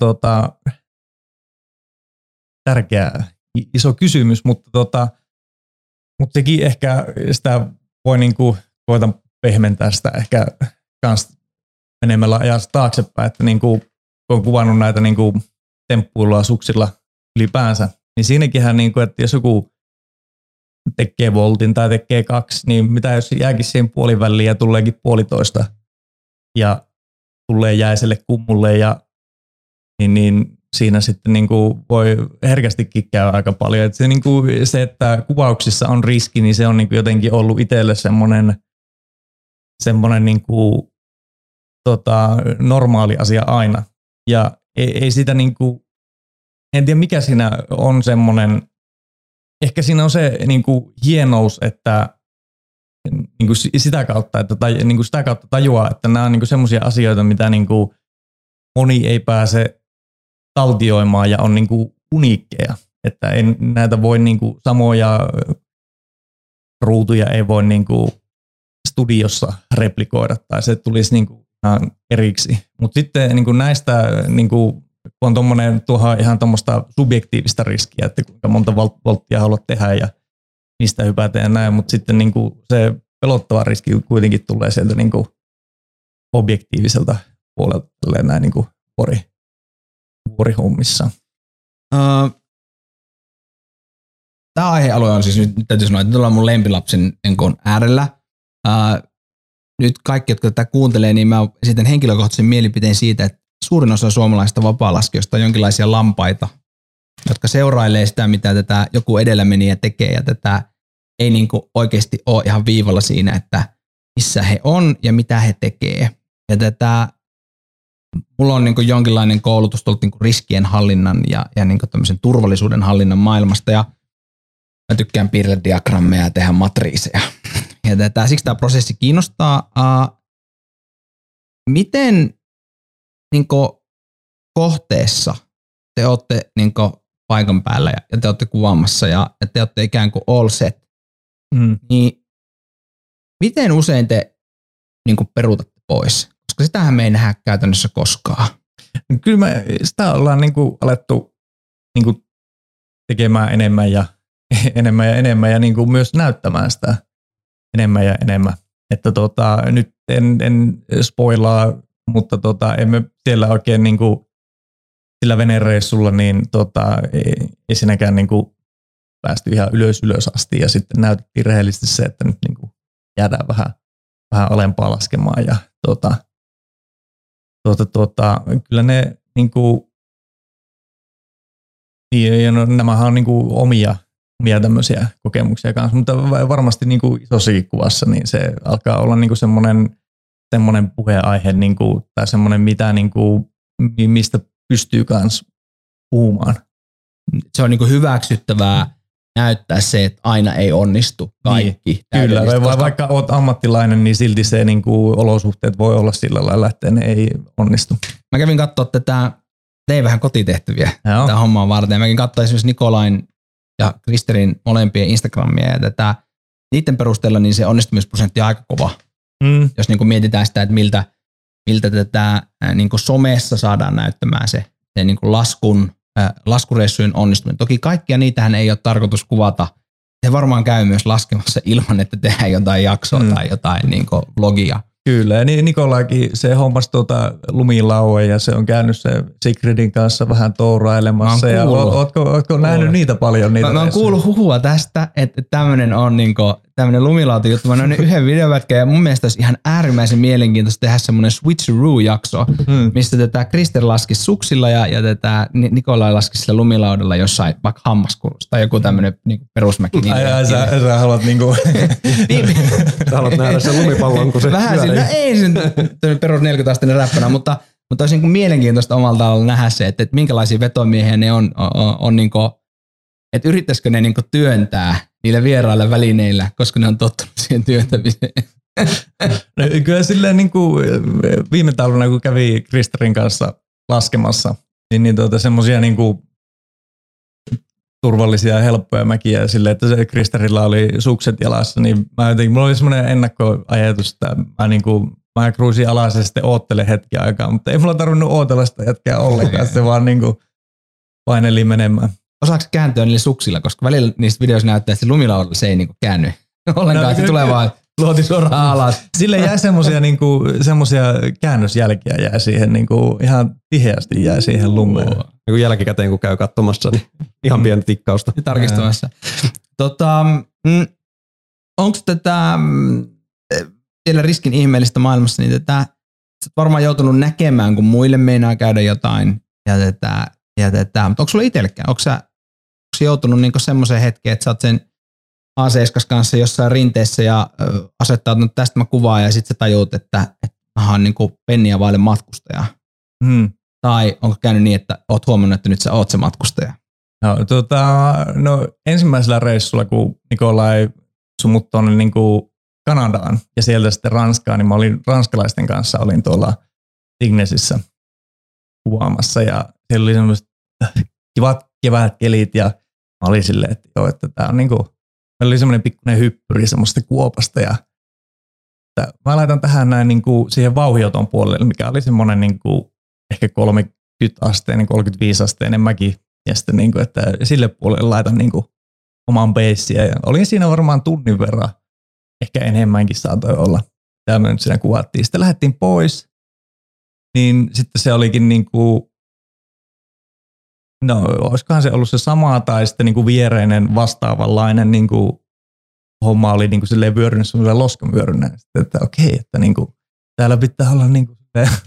tärkeä iso kysymys, mutta sekin ehkä sitä voi niinku, koitan pehmentää sitä ehkä kans menemällä ajassa taaksepäin, että niinku, kun on kuvannut näitä niinku temppuilua suksilla ylipäänsä, niin siinäkinhän, niinku, että jos joku tekee voltin tai tekee 2, niin mitä jos jääkin siihen puoliväliin ja tuleekin 1,5 ja tulee jäiselle kummulle niin siinä sitten niinku voi herkästikin käydä aika paljon. Et se, että kuvauksissa on riski, niin se on niinku jotenkin ollut itselle semmoinen niinku, normaali asia aina. Ja ei sitä niinku, en tiedä mikä siinä on semmoinen, ehkä siinä on se niinku hienous, että niinku sitä kautta, että niinku sitä kautta tajuaa, että nämä on niinku semmoisia asioita, mitä niinku moni ei pääse taltioimaan ja on niinku uniikkeja, että näitä voi niinku samoja ruutuja ei voi niinku studiossa replikoida tai se tulisi niinku eriksi, mutta sitten niinku näistä niinku on tuohon ihan tuommoista subjektiivista riskiä, että kuinka monta volttia haluat tehdä ja mistä hypätä ja näin, mutta sitten niinku se pelottava riski kuitenkin tulee sieltä niinku objektiiviselta puolelta näin niinku vuorihommissa. Tämä aihealue on siis, nyt täytyy sanoa, että nyt ollaan mun lempilapsen äärellä. Nyt kaikki, jotka tätä kuuntelee, niin mä esitän henkilökohtaisen mielipiteen siitä, että suurin osa suomalaisista vapaa-laskijoista on jonkinlaisia lampaita, jotka seurailee sitä, mitä tätä joku edellä meni ja tekee, ja tätä ei niin kuin oikeasti ole ihan viivalla siinä, että missä he on ja mitä he tekee. Ja mulla on niin kuin jonkinlainen koulutus tuolta niin kuin riskien hallinnan ja niin kuin tämmöisen turvallisuuden hallinnan maailmasta, ja mä tykkään piirrellä diagrammeja ja tehdä matriiseja. Ja siksi tämä prosessi kiinnostaa. Miten niin kuin kohteessa te olette niin kuin paikan päällä ja te olette kuvaamassa ja te olette ikään kuin all set, niin miten usein te niin kuin peruutatte pois? Koska sitähän me ei nähdä käytännössä koskaan. Kyllä me sitä ollaan niin kuin alettu niin kuin tekemään enemmän ja niin kuin myös näyttämään sitä enemmän ja enemmän. Että nyt en spoilaa, mutta emme siellä oikein niin kuin sillä venereissulla niin ei siinäkään niin kuin päästy ihan ylös asti ja sitten näytettiin rehellisesti se, että nyt niin kuin jäädään vähän alempaa laskemaan ja kyllä ne niin kuin, ja nämähän on niin kuin omia tämmöisiä kokemuksia kanssa, mutta varmasti niin kuin isossakin kuvassa niin se alkaa olla niin kuin semmoinen puheenaihe niin kuin, tai semmoinen mitä niin kuin, mistä pystyy kanssa puhumaan. Se on niin kuin hyväksyttävää näyttää se, että aina ei onnistu kaikki. Niin, kyllä, vaikka olet ammattilainen, niin silti se niin kuin, olosuhteet voi olla sillä lailla, että ne ei onnistu. Mä kävin katsoa tein vähän kotitehtäviä tätä hommaa varten. Mäkin katsoin esimerkiksi Nikolain ja Kristerin molempien Instagramia ja niiden perusteella niin se onnistumisprosentti on aika kova. Jos niin kuin mietitään sitä, että miltä tätä niin kuin somessa saadaan näyttämään se niin kuin laskureissujen onnistuminen. Toki kaikkia niitähän ei ole tarkoitus kuvata. Se varmaan käy myös laskemassa ilman, että tehdään jotain jaksoa tai jotain niin kuin vlogia. Kyllä, ja Nikolaikin se hommasi lumilaueen ja se on käynyt se Sigridin kanssa vähän tourailemassa. Ja ootko nähnyt niitä paljon? Niitä mä oon kuullut huhua tästä, että tämmönen on niinku, tämmönen lumilauta juttu. Mä oon nähnyt yhden videopätkän ja mun mielestä olisi ihan äärimmäisen mielenkiintoista tehdä semmonen switcheroo-jakso, mistä Krister laskisi suksilla ja Nikolai laskisi sillä lumilaudalla jossain vaikka hammaskurussa tai joku tämmönen niinku perusmäki. Sä haluat niinku... Sä haluat nähdä sen lumipallon, kun se vähän sillä, ei se perus 40-astinen räppänä, mutta olisi niin kuin mielenkiintoista omalta tavalla nähdä se, että minkälaisia vetomiehiä ne on niin kuin, että yrittäisikö ne niin kuin työntää niillä vierailla välineillä, koska ne on tottunut siihen työntämiseen. No, kyllä silleen niin kuin viime talvena, kun kävi Kristerin kanssa laskemassa, niin semmoisia niin kuin turvallisia ja helppoja mäkiä silleen, että se Kristerillä oli sukset jalassa, niin mulla oli semmoinen ennakkoajatus, että mä cruisin alas ja sitten oottelen hetki aikaa, mutta ei mulla tarvinnut ootella sitä jätkää ollenkaan, se vaan niinku paineli menemään. Osaako kääntyä niillä suksilla, koska välillä niistä videoissa näyttää, että se lumilaudalla se ei niinku käänny ollenkaan, se tulee vaan luoti suoraan alas. Sille jää semmosia käännösjälkiä jää siihen, niinku ihan tiheästi jää siihen lumeen. Niin jälkikäteen kun käy katsomassa, niin ihan pieni tikkausta. Tarkistamassa. Onko tätä siellä riskin ihmeellistä maailmassa, niin tätä sä oot varmaan joutunut näkemään, kun muille meinaa käydä jotain mutta onko sulla itsellekään? Onko sä joutunut niinku semmoiseen hetkeen, että sä oot sen A7 kanssa jossain rinteessä ja asettautunut tästä mä kuvaan ja sit sä tajuut, että mä oon niinku penniä vaille matkustajaa. Tai onko käynyt niin, että oot huomannut, että nyt sä oot se matkustaja? No ensimmäisellä reissulla, kun Nikolai sumut tuonne niinku Kanadaan ja sieltä sitten Ranskaan, niin mä olin ranskalaisten kanssa, olin tuolla Tignesissä kuvaamassa ja siellä oli semmoiset kivat kevät kelit ja mä olin silleen, että joo, että tää on niinku, meillä oli semmoinen pikkuinen hyppyri semmoista kuopasta ja että mä laitan tähän näin niinku siihen vauhioton puolelle, mikä oli semmoinen niinku ehkä 30-asteinen, 35-asteinen mäki ja sitten niinku, että sille puolelle laitan niinku oman beissiä ja olin siinä varmaan tunnin verran. Ehkä enemmänkin saatoi olla. Tämä me nyt siinä kuvattiin. Sitten lähdettiin pois, niin sitten se olikin niinku, no olisikohan se ollut se sama tai sitten niinku viereinen vastaavanlainen niinku homma oli niinku silleen vyörynyt semmoisella loskamyörynä. Sitten, että okei, että niinku täällä pitää olla niinku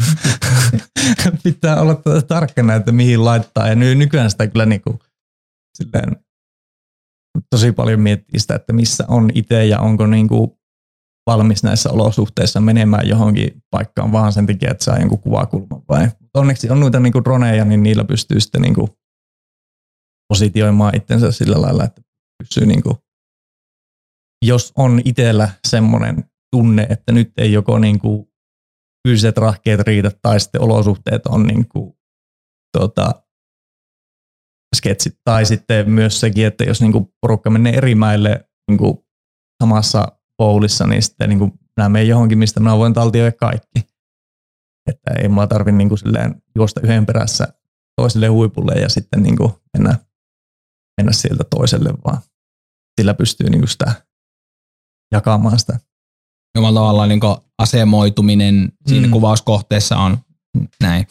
pitää olla tarkkana, että mihin laittaa. Ja nykyään sitä kyllä niinku silleen tosi paljon miettii sitä, että missä on itse ja onko niinku valmis näissä olosuhteissa menemään johonkin paikkaan vaan sen takia, että saa jonkun kuvakulman vai. Onneksi on noita niinku droneja, niin niillä pystyy sitten niinku positioimaan itsensä sillä lailla, että pysyy niinku, jos on itsellä semmoinen tunne, että nyt ei joko niinku fyysiset rahkeet riitä tai sitten olosuhteet on niinku sketsit, tai sitten myös sekin, että jos niinku porukka menee eri mäille niinku samassa bowlissa, niin sitten niinku nämä menee johonkin, mistä mä voin taltioida kaikki. Että ei mua tarvitse niinku silleen juosta yhden perässä toiselle huipulle ja sitten niinku mennä sieltä toiselle, vaan sillä pystyy niinku sitä jakamaan sitä. Jomalla tavalla niin asemoituminen siinä kuvauskohteessa on näin.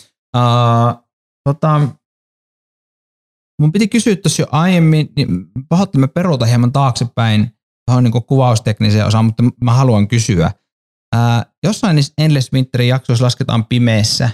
Mun piti kysyä tuossa jo aiemmin, niin pahoittelen me peruuta hieman taaksepäin tuohon niin kuvaustekniseen osaan, mutta mä haluan kysyä. Jossain niissä Endless Winterin jaksoissa lasketaan pimeässä.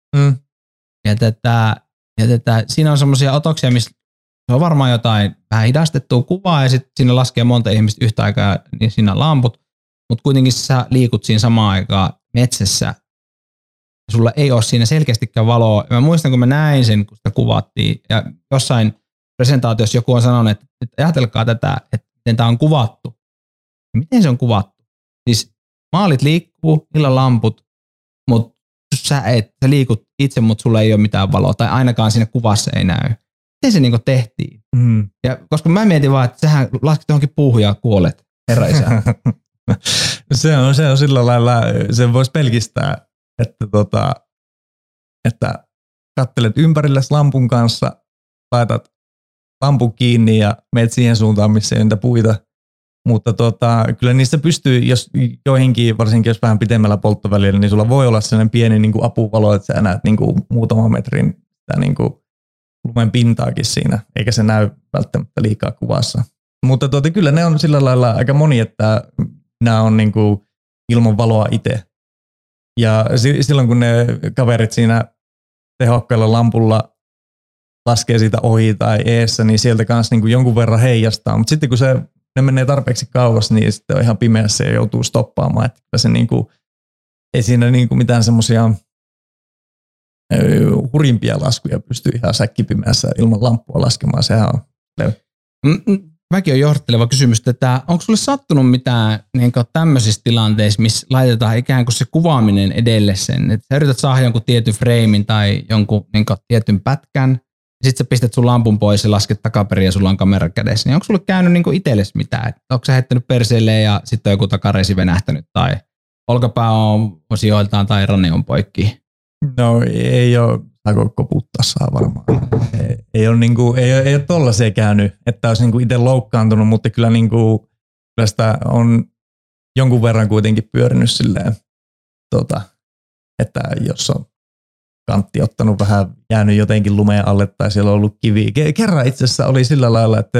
Siinä on semmoisia otoksia, missä se on varmaan jotain vähän hidastettua kuvaa ja sitten siinä laskee monta ihmistä yhtä aikaa, niin siinä lamput, mutta kuitenkin sä liikut siinä samaan aikaan metsässä. Sulla ei ole siinä selkeästikään valoa. Mä muistan, kun mä näin sen, kun sitä kuvattiin ja jossain presentaatiossa joku on sanonut, että ajatelkaa tätä, että miten tämä on kuvattu. Miten se on kuvattu? Siis maalit liikkuu, niillä on lamput, mutta sä liikut itse, mutta sulla ei ole mitään valoa tai ainakaan siinä kuvassa ei näy. Miten se niinku tehtiin? Ja koska mä mietin vaan, että sähän laskit johonkin puuhun ja kuolet, herra isä. se on sillä lailla, sen voisi pelkistää, että kattelet ympärilles lampun kanssa, laitat lampun kiinni ja meet siihen suuntaan, missä ei niitä puita. Mutta kyllä niissä pystyy, jos joihinkin, varsinkin jos vähän pitemmällä polttovälillä, niin sulla voi olla sellainen pieni niin kuin apuvalo, että sä näet niin kuin muutaman metrin sitä niin kuin lumen pintaakin siinä, eikä se näy välttämättä liikaa kuvassa. Mutta kyllä ne on sillä lailla aika moni, että nämä on niin kuin ilman valoa itse. Ja silloin kun ne kaverit siinä tehokkaalla lampulla laskee siitä ohi tai eessä, niin sieltä kanssa niin kuin jonkun verran heijastaa. Mutta sitten kun ne menee tarpeeksi kauas, niin sitten on ihan pimeässä ja joutuu stoppaamaan. Että se niin kuin, ei siinä niin kuin mitään semmoisia hurimpia laskuja pysty ihan säkkipimeässä ilman lamppua laskemaan. Sehän on Mäkin on johdatteleva kysymys, että onko sulle sattunut mitään niin tämmöisissä tilanteissa, missä laitetaan ikään kuin se kuvaaminen edelle sen, että sä yrität saada jonkun tietyn freimin tai jonkun niin tietyn pätkän, sitten sä pistät sun lampun pois ja lasket takaperin ja sulla on kamera kädessä, niin onko sulle käynyt niin itsellesi mitään? Että onko sä heittänyt perseelle ja sitten on joku takareisi venähtänyt tai olkapää on sijoiltaan tai ranne on poikki? No ei ole, saako koputtaa saa varmaan. Ei ole tollaisia käynyt, että olisi niinku itse loukkaantunut, mutta kyllä, kyllä sitä on jonkun verran kuitenkin pyörinyt silleen, että jos on kantti ottanut vähän, jäänyt jotenkin lumeen alle tai siellä on ollut kivi. Kerran itse asiassa oli sillä lailla, että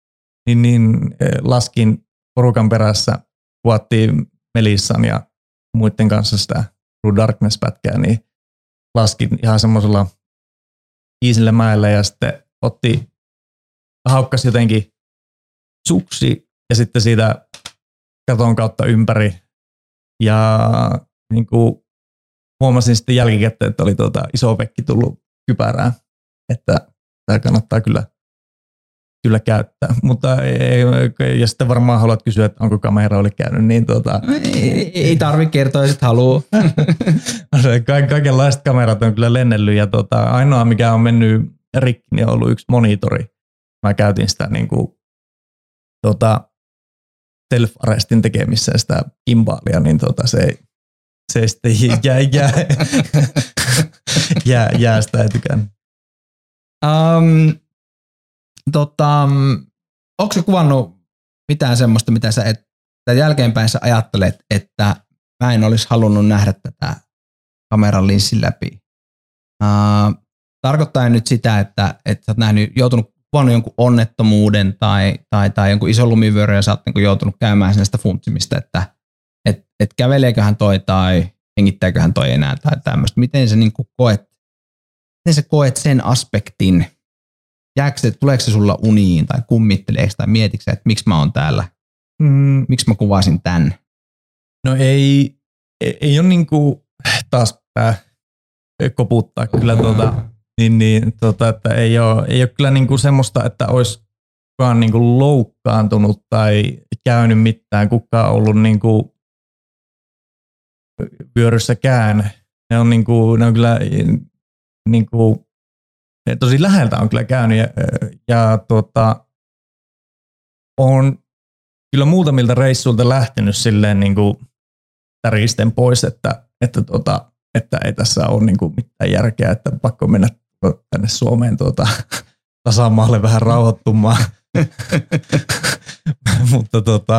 laskin porukan perässä, kuvattiin Melissan ja muiden kanssa sitä True Darkness-pätkää, niin laskin ihan semmoisella iisille mäelle ja sitten haukkasi jotenkin suksi ja sitten siitä katon kautta ympäri. Ja niin kuin huomasin sitten jälkikäteen, että oli iso vekki tullut kypärään, että tämä kannattaa kyllä käyttää. Mutta ja sitten varmaan haluat kysyä, että onko kamera oli käynyt, niin ei tarvitse kertoa, jos et halua. Kaikenlaiset kamerat on kyllä lennellyt ja ainoa mikä on mennyt rikki, niin on ollut yksi monitori. Mä käytin sitä niinku self-arrestin tekemissä sitä gimbaalia, niin se sitten jää sitä etykään. Onko sä kuvannut mitään semmoista, mitä sä jälkeenpäin sä ajattelet, että mä en olisi halunnut nähdä tätä kameran linssin läpi? Tarkoittaa nyt sitä, että sä oot kuvannut jonkun onnettomuuden tai jonkun ison lumivyöryn ja sä oot niin joutunut käymään sitä funtsimista, että käveleeköhän toi tai hengittääköhän toi enää tai tämmöistä. Miten sä koet sen aspektin? Tuleeko se sulla uniin tai kummitteleeko tai mietitkö sä, että miksi mä oon täällä? Miksi mä kuvasin tän? No ei ole niinku taas koputtaa kyllä että ei ole kyllä niinku semmoista, että olisi kukaan niinku loukkaantunut tai käynyt mitään, kukaan ollut niinku vyöryssäkään. Ne on kyllä niinku tosi läheltä on kyllä käynyt ja on kyllä muutamilta reissuilta lähtenyt silleen niinku täristen pois, että ei tässä ole niinku mitään järkeä, että pakko mennä tänne Suomeen tasamaalle vähän rauhoittumaan. Mutta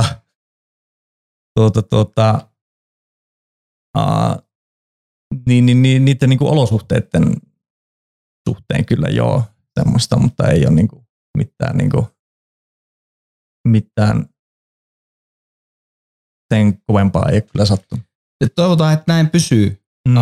niiden niinku olosuhteiden suhteen kyllä joo semmoista, mutta ei ole niinku mitään sen kovempaa ei kyllä sattunut. Toivotaan, että näin pysyy.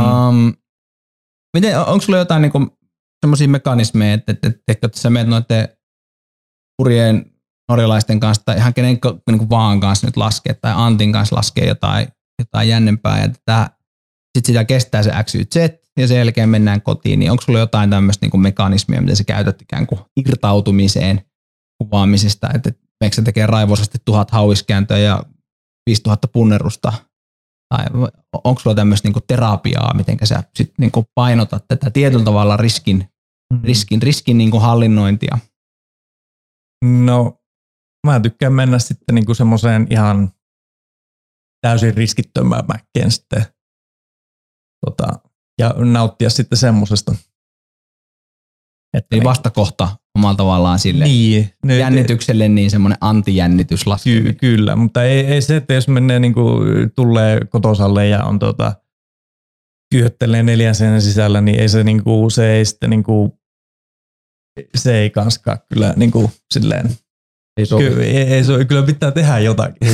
Onko sulla jotain niinku semmoisia mekanismeja, että sä menet noiden kurjien norjalaisten kanssa tai ihan kenen niinku vaan kanssa nyt laskee tai Antin kanssa laskee jotain jännempää ja sitten sitä kestää se XYZ ja sen jälkeen mennään kotiin, niin onko sulla jotain tämmöistä niinku mekanismia, mitä sä käytät ikään kuin irtautumiseen kuvaamisesta, että meikö sä tekee raivoisesti 1000 hauiskääntöä ja 5000 punnerusta, tai onko sulla tämmöistä niinku terapiaa, miten sä sit niinku painotat tätä tietyllä tavalla riskin niinku hallinnointia? No, mä tykkään mennä sitten niinku semmoiseen ihan täysin riskittömään mäkkeen sitten ja nauttia sitten semmosesta. Eli vastakohta omalla tavallaan sille jännitykselle niin semmoinen antijännitys laskeminen. Kyllä, mutta ei se, että jos menee tulee kotosalle ja on kyöttelee 4 seinän sisällä, niin ei se se ei sitten se ei kanskaan kyllä silleen. Ei sovi. Kyllä pitää tehdä jotakin.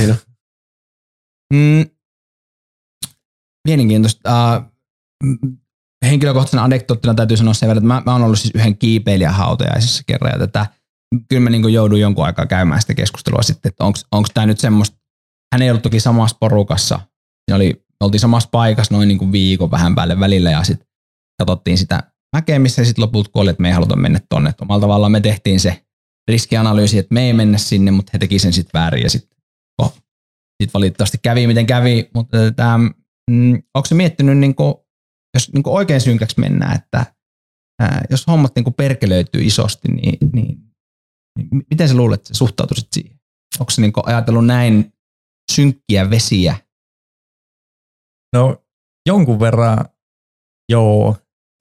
Mielenkiintoista. Henkilökohtaisena anekdoottina täytyy sanoa sen verran, että mä oon ollut siis yhden kiipeilijän hautajaisissa kerran, ja kyllä mä jouduin jonkun aikaa käymään sitä keskustelua sitten, että onko tämä nyt semmoista, hän ei ollut toki samassa porukassa, oltiin samassa paikassa noin viikon vähän päälle välillä, ja sitten katsottiin sitä mäkeä, missä sitten lopulta kuoli, että me ei haluta mennä tonne, että omalla tavallaan me tehtiin se riskianalyysi, että me ei mennä sinne, mutta he teki sen sitten väärin, ja sitten valitettavasti kävi miten kävi, mutta onko se miettinyt, jos oikein synkäksi mennään, että jos hommat perkelöityy isosti, niin miten sä luulet, että sä suhtautuisit siihen? Onko se ajatellut näin synkkiä vesiä? No jonkun verran joo,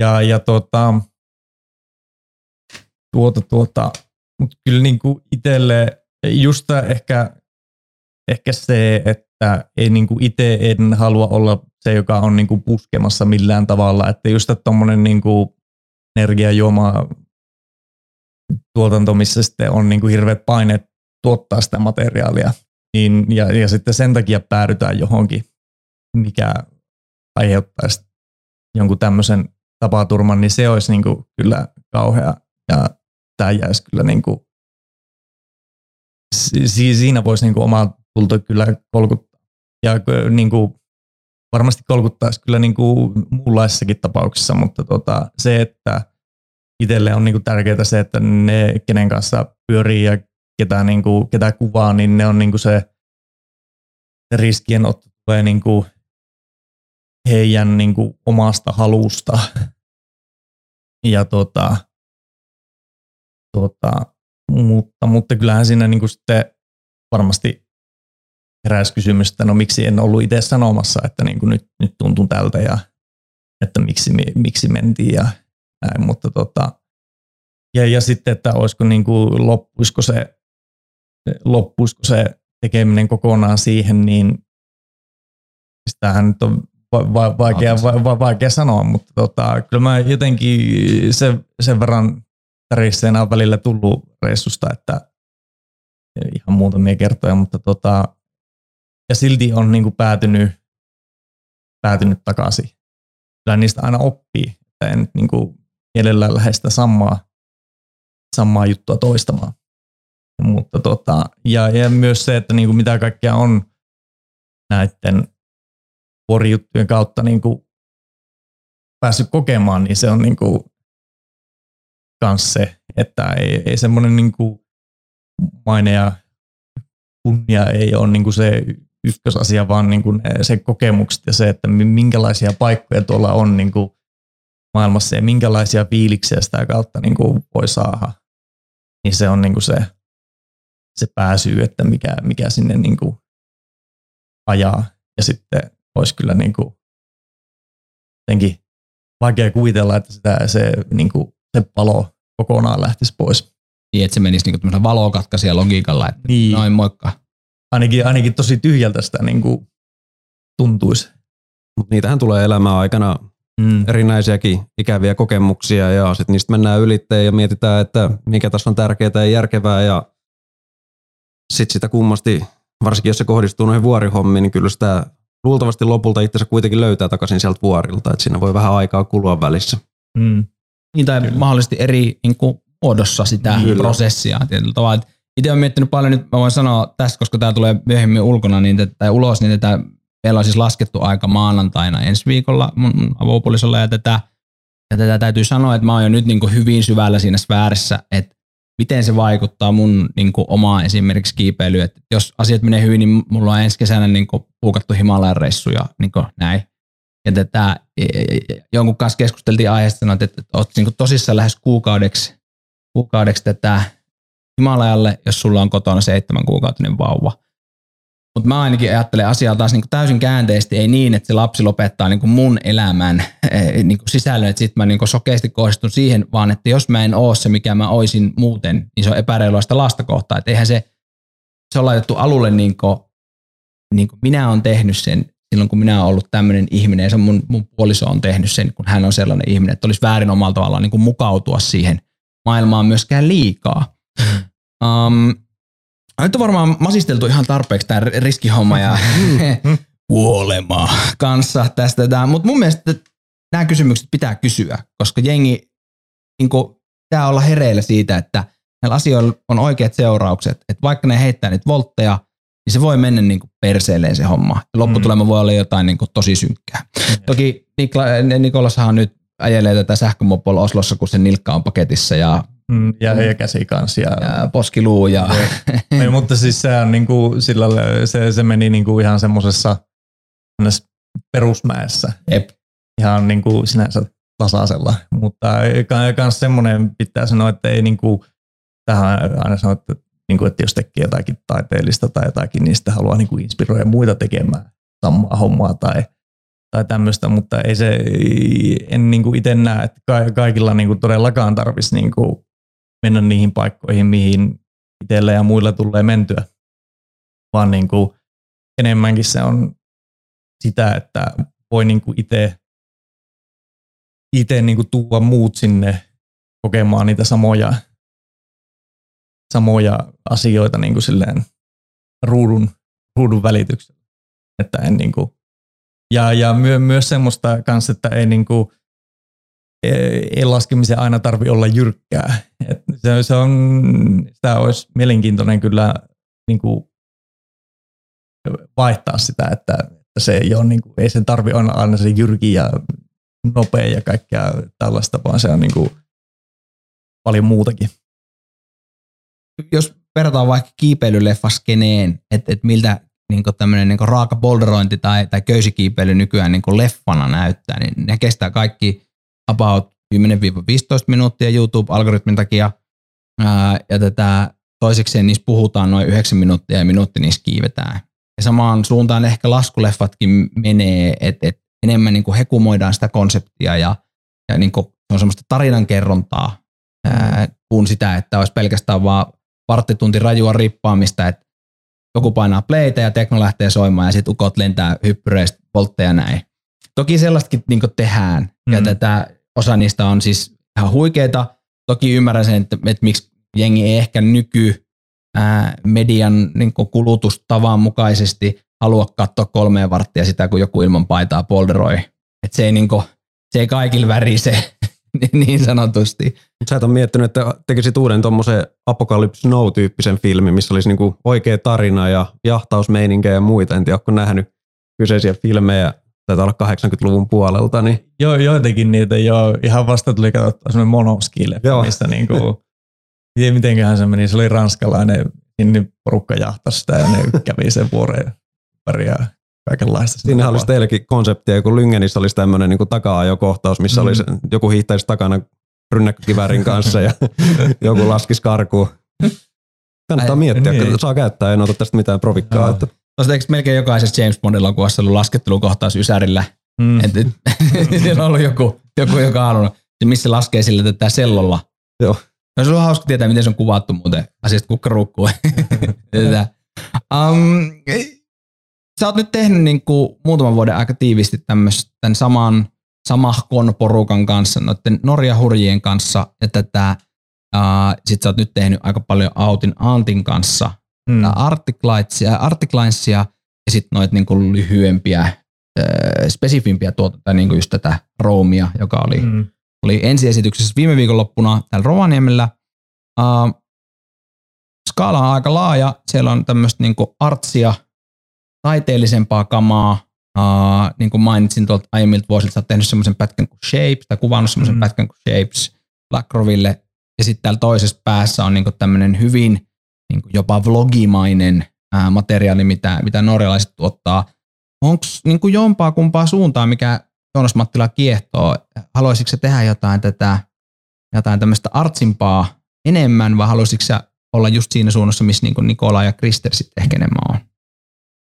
mutta kyllä itselle just ehkä se, että ei itse en halua olla se, joka on puskemassa millään tavalla, että just tommonen energiajuoma tuotanto, missä sitten on hirveät paineet tuottaa sitä materiaalia, niin, ja sitten sen takia päädytään johonkin, mikä aiheuttaisi jonkun tämmöisen tapaturman, niin se olisi kyllä kauhea, ja tämä jäisi kyllä siinä voisi omaa tulta kyllä kolkuttaa, ja varmasti kolkuttaisi kyllä muunlaisissakin tapauksissa, mutta se, että itselle on tärkeää se, että ne, kenen kanssa pyörii ja ketä kuvaa, niin ne on se riskienotto tulee heidän omasta halusta. Ja mutta kyllähän siinä sitten varmasti heräisi kysymys, että no miksi en ollut itse sanomassa, että nyt tuntun tältä ja että miksi mentiin ja näin, mutta ja sitten, että olisiko loppuisiko se tekeminen kokonaan siihen, niin sitähän nyt on vaikea sanoa, mutta kyllä mä jotenkin sen verran tärisseenä on välillä tullut reissusta, että ihan muutamia kertoja, mutta ja silti on päätynyt takaisin. Kyllä niistä aina oppii, että en mielellään lähde sitä samaa juttua toistamaan. Mutta ja myös se, että mitä kaikkea on näiden vuorijuttujen kautta päässyt kokemaan, niin se on kans se, että ei semmoinen maine ja kunnia ei ole se ykkösasia, vaan se kokemukset ja se, että minkälaisia paikkoja tuolla on maailmassa ja minkälaisia fiiliksiä sitä kautta voi saada. Niin se on se pääsyy, että mikä sinne ajaa. Ja sitten olisi kyllä jotenkin vaikea kuvitella, että se palo kokonaan lähtisi pois. Niin, että se menisi tämmöisellä valokatkaisija logiikalla, että niin. Noin moikka. Ainakin tosi tyhjältä sitä tuntuisi. Mutta niitähän tulee elämän aikana erinäisiäkin ikäviä kokemuksia ja sitten niistä mennään ylitteen ja mietitään, että mikä tässä on tärkeää ja järkevää ja sitten sitä kummasti, varsinkin jos se kohdistuu noihin vuorihommiin, niin kyllä sitä luultavasti lopulta itsensä kuitenkin löytää takaisin sieltä vuorilta, että siinä voi vähän aikaa kulua välissä. Niin tai mahdollisesti eri muodossa sitä prosessia tietyllä tavalla. Itse olen miettinyt paljon, nyt mä voin sanoa tästä, koska tämä tulee myöhemmin ulkona tai ulos, niin tätä meillä on siis laskettu aika maanantaina ensi viikolla mun avopuolisolla ja tätä täytyy sanoa, että mä oon jo nyt hyvin syvällä siinä sfäärissä, että miten se vaikuttaa mun omaan esimerkiksi kiipeilyyn, että jos asiat menee hyvin, niin mulla on ensi kesänä puukattu Himalajan reissu ja näin. Ja jonkun kanssa keskusteltiin aiheesta, sanoit, että oot tosissaan lähes kuukaudeksi tätä Himalajalle, jos sulla on kotona 7-kuukautinen vauva. Mutta mä ainakin ajattelen asiaa taas niin kuin täysin käänteisesti, ei niin, että se lapsi lopettaa niin kuin mun elämän niin kuin sisällön, että sit mä niin kuin sokeasti kohdistun siihen, vaan että jos mä en oo se, mikä mä oisin muuten, niin se on epäreilua sitä lasta kohtaa. Että eihän se on laitettu alulle niin kuin minä olen tehnyt sen silloin, kun minä olen ollut tämmöinen ihminen, ja se mun puoliso on tehnyt sen, kun hän on sellainen ihminen, että olisi väärin omalla tavallaan niin kuin mukautua siihen maailmaan myöskään liikaa. Nyt on varmaan masisteltu ihan tarpeeksi tämä riskihomma ja kuolema kanssa tästä. Mutta mun mielestä nämä kysymykset pitää kysyä, koska jengi niin pitää olla hereillä siitä, että näillä asioilla on oikeat seuraukset. Että vaikka ne heittää niitä voltteja, niin se voi mennä niin kuin perseelleen se homma. Lopputulema voi olla jotain niin kuin tosi synkkää. Toki Nikolashan nyt ajelee tätä sähkömopolla Oslossa, kun se nilkka on paketissa ja käsi kanssa. Ja poskiluu. Ei, mutta siis se, on niinku, se meni niinku ihan semmoisessa perusmäessä. Jep. Ihan niinku sinänsä tasaisella. Mutta myös semmoinen pitää sanoa, että ei niinku, tähän aina sanoa, että jos tekee jotakin taiteellista tai jotakin, niin sitä haluaa niinku inspiroida muita tekemään samaa hommaa tai tämmöistä, mutta en niinku itse näe, että kaikilla niinku todellakaan tarvitsisi niinku mennä niihin paikkoihin, mihin itsellä ja muilla tulee mentyä, vaan niinku enemmänkin se on sitä, että voi niinku itse niinku tuoda muut sinne kokemaan niitä samoja asioita niinku silleen ruudun välityksellä, että en niinku ja myös semmoista kanssa, että ei laskemisen aina tarvi olla jyrkkää. Et sitä olisi mielenkiintoinen kyllä niinku vaihtaa sitä, että se ei ole niinku, ei sen tarvi olla aina se jyrki ja nopea ja kaikkea tällaista, vaan se on niinku paljon muutakin. Jos verrataan vaikka kiipeilyleffaskeneen, että miltä niinku tämmöinen niinku raaka bolderointi tai köysikiipeily nykyään niinku leffana näyttää, niin ne kestää kaikki about 10-15 minuuttia YouTube-algoritmin takia. Ja toisekseen niissä puhutaan noin 9 minuuttia ja minuutti niissä kiivetään. Ja samaan suuntaan ehkä laskuleffatkin menee, että enemmän niinku hekumoidaan sitä konseptia ja niinku se on semmoista tarinankerrontaa kuin sitä, että olisi pelkästään vaan varttitunti rajua rippaamista, että joku painaa playtä ja tekno lähtee soimaan ja sitten ukot lentää hyppyreistä voltteja näin. Toki sellaistakin niin tehdään ja osa niistä on siis ihan huikeita. Toki ymmärrän sen, että miksi jengi ei ehkä median niin kulutustavan mukaisesti halua katsoa 3 varttia sitä, kun joku ilman paitaa polderoi. Että se ei kaikilla värise niin sanotusti. Sä et ole miettinyt, että tekisit uuden tommosen Apocalypse Now-tyyppisen filmin, missä olisi niinku oikea tarina ja jahtausmeininkejä ja muita. En tiedä, onko nähnyt kyseisiä filmejä, taitaa olla 80-luvun puolelta. Niin. Joo, joitakin niitä jo. Ihan vasta tuli katsottua semmoinen Monoski-leffa, missä niinku, mitenköhän se meni, se oli ranskalainen, niin porukka jahtasi sitä ja ne kävi sen vuoreen pärjää kaikenlaista. Siinähän olisi teillekin konseptia, kun Lyngenissä olisi tämmöinen niin taka-ajokohtaus, missä olisi joku hiihtäisi takana rynnäkkökiväärin kanssa ja joku laskisi karkuun. Kannattaa miettiä, kun saa käyttää, en ota tästä mitään provikkaa. Että. Eikö melkein jokaisessa James Bondilla on ollut laskettelukohtaus Ysärillä? Siellä on ollut joku joka on halunnut, missä laskee sillä tätä sellolla. Joo. No, se on hauska tietää, miten se on kuvattu muuten asiasta kukkaruukkuun. Sä oot nyt tehnyt niinku muutaman vuoden aika tiivisti tämän samahkon porukan kanssa, noiden Norja-hurjien kanssa, ja sit sä oot nyt tehnyt aika paljon Autin Antin kanssa Articlinesia, ja sit noit niinku lyhyempiä, spesifimpiä tuotteita, niinku just tätä Roomia, joka oli ensiesityksessä viime viikonloppuna täällä Rovaniemellä. Skaala on aika laaja, siellä on tämmöistä niinku artsia, taiteellisempaa kamaa. Niin kuin mainitsin tuolta aiemmilta vuosilta, sä oot tehnyt semmoisen pätkän kuin Shapes, tai kuvannut semmoisen pätkän kuin Shapes Blackroville, ja sitten täällä toisessa päässä on niinku tämmöinen hyvin niinku jopa vlogimainen materiaali, mitä norjalaiset tuottaa. Onko niinku jompaa kumpaa suuntaa, mikä Joonas Mattila kiehtoo? Haluaisitko sä tehdä jotain tämmöistä artsimpaa enemmän, vai haluaisitko sä olla just siinä suunnassa, missä niinku Nikola ja Krister sitten ehkä enemmän on?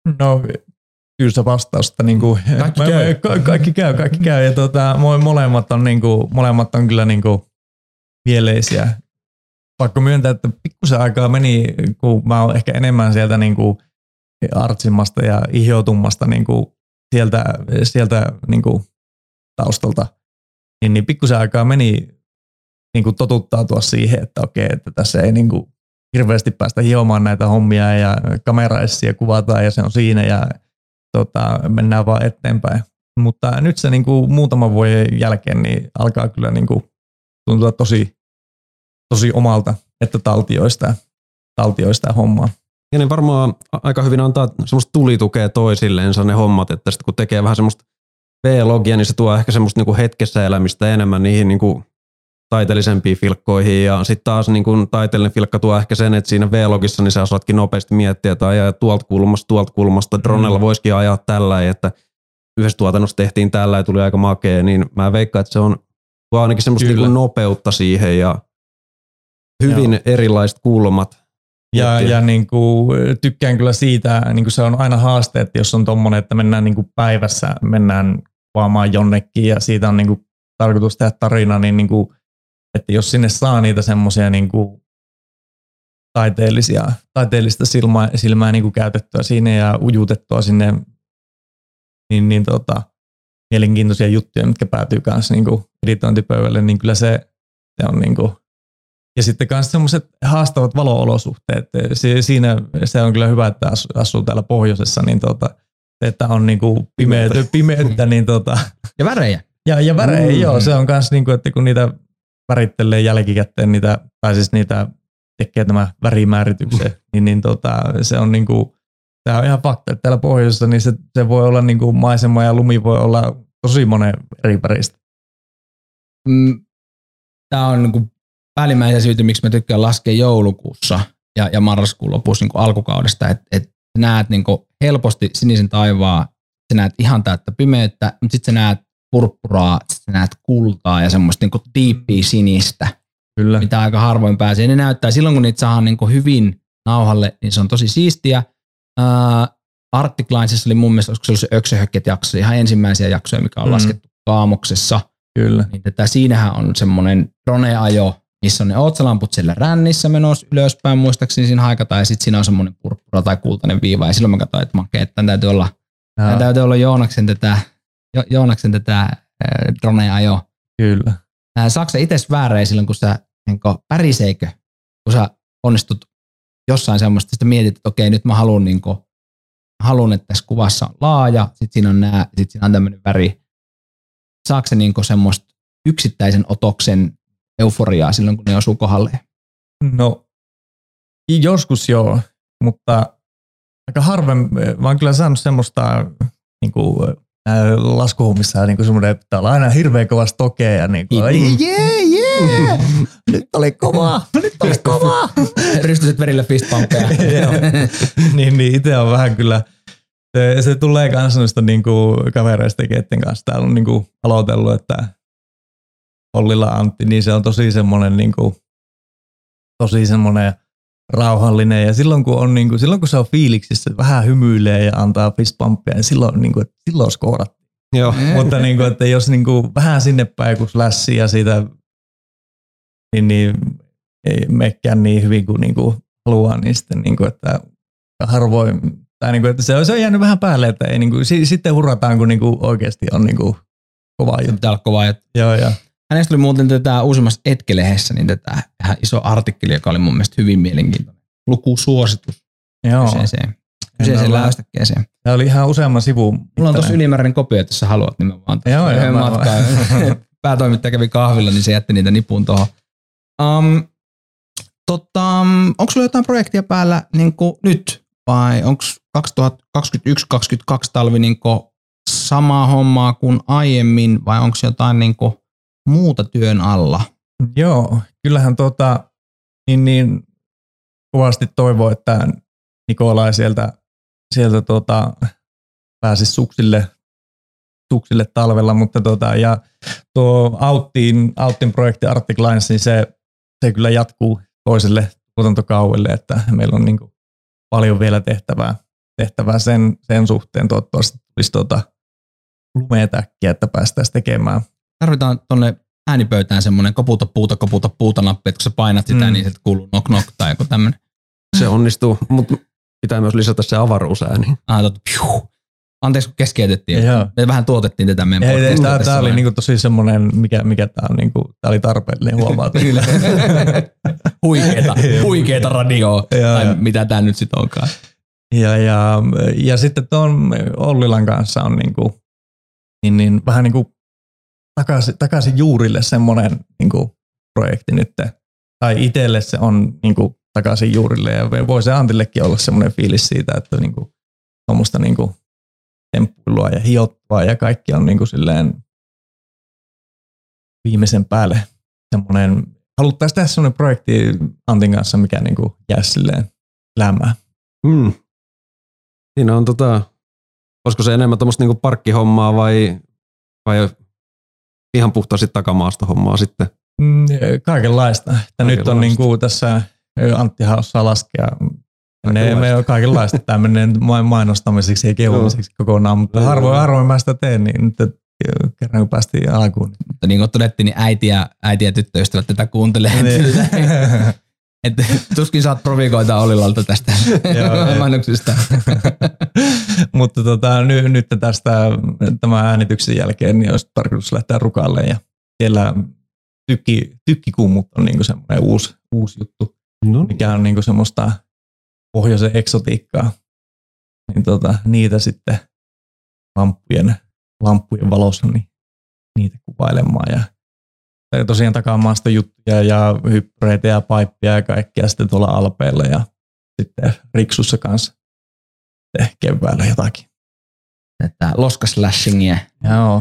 No kyllä vastausta. Niin kuin, kaikki käy. Ja molemmat on kyllä niin kuin mieleisiä. Vaikka myöntää, että pikkusen aikaa meni, kun mä oon ehkä enemmän sieltä niin kuin artsimmasta ja ihjoutummasta niin kuin sieltä niin kuin taustalta, niin pikkusen aikaa meni niin kuin totuttautua siihen, että okei, että tässä ei niin kuin hirveästi päästä hiomaan näitä hommia ja kameraissia kuvataan ja se on siinä ja mennään vaan eteenpäin. Mutta nyt se niin kuin muutaman vuoden jälkeen niin alkaa kyllä niin kuin tuntua tosi omalta, että taltioista hommaa. Ja ne varmaan aika hyvin antaa semmoista tulitukea toisilleensa ne hommat, että sitten kun tekee vähän semmoista V-logia, niin se tuo ehkä semmoista niinku hetkessä elämistä enemmän niihin niinku taiteellisempiin filkkoihin ja sitten taas niinku taiteellinen filkka tuo ehkä sen, että siinä V-logissa niin sä osaatkin nopeasti miettiä, että ajaa tuolta kulmasta, dronella voisikin ajaa tällä, että yhdessä tuotannossa tehtiin tällä ja tuli aika makea, niin mä veikkaan, että se tuo ainakin semmoista niinku nopeutta siihen ja hyvin erilaiset kulmat. Ja niin kuin, tykkään kyllä siitä, niin kuin se on aina haaste, että jos on tommonen, että mennään niin kuin päivässä, mennään kuvaamaan jonnekin ja siitä on niin kuin tarkoitus tehdä tarina, niin kuin, että jos sinne saa niitä semmoisia niin kuin taiteellista silmää niin kuin käytettyä siinä ja ujutettua sinne, niin mielenkiintoisia juttuja, mitkä päätyy kanssa niin kuin editointipöydälle, niin kyllä se on niin kuin. Ja sitten myös semmoiset haastavat valo-olosuhteet. Siinä se on kyllä hyvä, että asuu täällä pohjoisessa, niin että on niinku pimeyttä. Niin ja värejä. Ja värejä, joo. Se on myös, niinku, että kun niitä värittelee jälkikäteen, tai siis niitä tekee tämä värimäärityksen, niin se on niinku, tämä on ihan fakta, että täällä pohjoisessa niin se voi olla niinku maisema ja lumi voi olla tosi monen eri väristä. Tämä on niinku päällimmäisiä syytä, miksi mä tykkään laskea joulukuussa ja marraskuun lopussa niin alkukaudesta, että näet niin helposti sinisen taivaa, sä näet ihan täyttä pimeyttä, mutta sitten sä näet purppuraa, sitten sä näet kultaa ja semmoista niin diippiä sinistä, kyllä, mitä aika harvoin pääsee. Ne näyttää silloin, kun niitä saadaan niin hyvin nauhalle, niin se on tosi siistiä. Arctic Linesissa oli mun mielestä, olisiko se ollut se Öksöhökket-jakso, ihan ensimmäisiä jaksoja, mikä on laskettu Kaamoksessa. Kyllä. Niin siinähän on semmoinen drone-ajo, missä on ne otsalamput siellä rännissä menossa ylöspäin, muistaakseni siinä haikataan, ja sitten siinä on semmoinen purppura tai kultainen viiva, ja silloin mä katsoin, että makea, että tämän täytyy olla Joonaksen tätä drone-ajo. Kyllä. Saatko sä itse väärejä silloin, kun sä päriseikö, kun sä onnistut jossain semmoista, sitten mietit, että okei, nyt mä haluan, että tässä kuvassa on laaja, sitten siinä on nää, sitten siinä on tämmöinen väri. Saatko sä semmoista yksittäisen otoksen euforiaa silloin, kun ne osuu kohdalle? No, joskus joo, mutta aika harven. Mä oon kyllä saanut semmoista niinku, laskuhommissa niinku semmoinen, että pitää olla aina hirveän kova stokea ja niinku, nyt oli kovaa. Rystyset verillä fistpumpeja. niin itse on vähän kyllä, se tulee kanssa noista niinku kavereista keitten kanssa. Täällä on niinku aloitellut, että Ollila Antti, niin se on tosi semmoinen rauhallinen ja silloin kun se on fiiliksissä, vähän hymyilee ja antaa fistpumpia, niin silloin on skoorat. Joo. Mutta että jos vähän sinne päin kun lässii ja siitä niin ei menekään niin hyvin kuin haluaa, niin sitten että harvoin tai että se on jäänyt vähän päälle, että ei sitten hurrataan kun oikeasti on kova juttu. Pitää olla kova juttu. Joo. Hänestä oli muuten tätä uusimmassa Etke-lehdessä niin tätä ihan iso artikkeli, joka oli mun mielestä hyvin mielenkiintoinen. Lukusuositus kyseiseen läystäkkeeseen. Tämä oli ihan useamman sivun. Mulla on tossa ylimääräinen kopio, että jos sä haluat, niin mä vaan yhden matkaan. Päätoimittaja kävi kahvilla, niin se jätti niitä nipuun tuohon. Onko sulla jotain projektia päällä niin nyt vai onko 2021-2022 talvi niin samaa hommaa kuin aiemmin vai onko jotain niin muuta työn alla? Joo, kyllähän niin kovasti toivoo, että Nikolai sieltä pääsisi suksille talvella, mutta ja tuo Outtin projekti Arctic Lines, niin se kyllä jatkuu toiselle tuotantokaudelle, että meillä on paljon vielä tehtävää tehtävää sen suhteen. Toivottavasti tulisi lumetäkkiä, että päästäisiin tekemään. Tarvitaan tuonne äänipöytään semmoinen koputa puuta nappi, että kun sä painat sitä, niin sieltä kuuluu knock knock tai joku tämmöinen. Se onnistuu, mutta pitää myös lisätä se avaruusääni. Anteeksi, kun keskeytettiin. Me vähän tuotettiin tätä meidän podcastia. Tämä oli niinku tosi semmoinen, mikä tämä on, niinku, tämä oli tarpeellinen huomaata. Huikeeta radioa, tai mitä tämä nyt sitten onkaan. Ja sitten tuon Ollilan kanssa on niinku, niin vähän niinku takaisin juurille semmoinen niinku projekti nyt. Tai itselle se on niinku takaisin juurille, ja voi se Antillekin olla semmoinen fiilis siitä, että niinku tuommoista niinku temppuilua ja hiottua ja kaikki on niinku silleen viimeisen päälle semmoinen, haluttaisiin tehdä semmoinen projekti Antin kanssa, mikä niinku jää silleen lämää. Siinä on olisiko se enemmän tommoista niinku parkkihommaa vai ihan puhtaasti takamaastohommaa sitten? Kaikenlaista. Nyt on niinku tässä Anttihan osaa laskea. Me on kaikenlaista. Tämä menee mainostamiseksi ja kehumiseksi kokonaan, mutta harvoin mä sitä teen, niin nyt kerran kun päästiin alkuun. Mutta niin kuin todettiin, niin äiti ja tyttöystävät tätä kuuntelee. Että tuskin saat provikoita Ollilalta tästä mainoksista. Mutta nyt tästä tämän äänityksen jälkeen niin olisi tarkoitus lähteä rukalle ja siellä tykkikummut on niinku semmoinen uusi juttu, mikä on niinku semmoista pohjoisen eksotiikkaa. Niin niitä sitten lampujen valossa niin niitä kuvailemaan ja tosiaan takamaasta juttuja ja hyppyreitä ja paippia ja kaikkea sitten tuolla alpeilla ja sitten riksussa kanssa keväällä jotakin. Tätä loskaslashingia. Joo.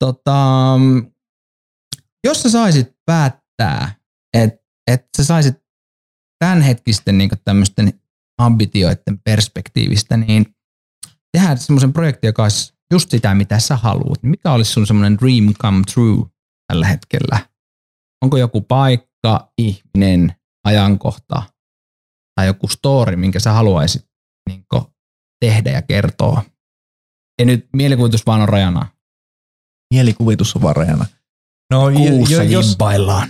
Jos sä saisit päättää, että sä saisit tämänhetkisten niin tämmöisten ambitioiden perspektiivistä, niin tehdään semmoisen projektin, joka olisi just sitä, mitä sä haluat. Mikä olisi sun semmoinen dream come true tällä hetkellä? Onko joku paikka, ihminen, ajankohta tai joku story, minkä sä haluaisit niin tehdä ja kertoa? Ei nyt mielikuvitus vaan on rajana. Mielikuvitus on vaan rajana. No, kuussa jibbaillaan.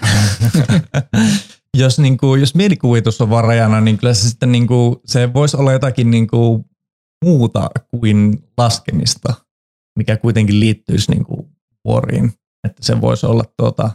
Jos mielikuvitus on vaan rajana, niin kyllä se sitten se voisi olla jotakin muuta kuin laskemista, mikä kuitenkin liittyisi vuoriin. Että se voisi olla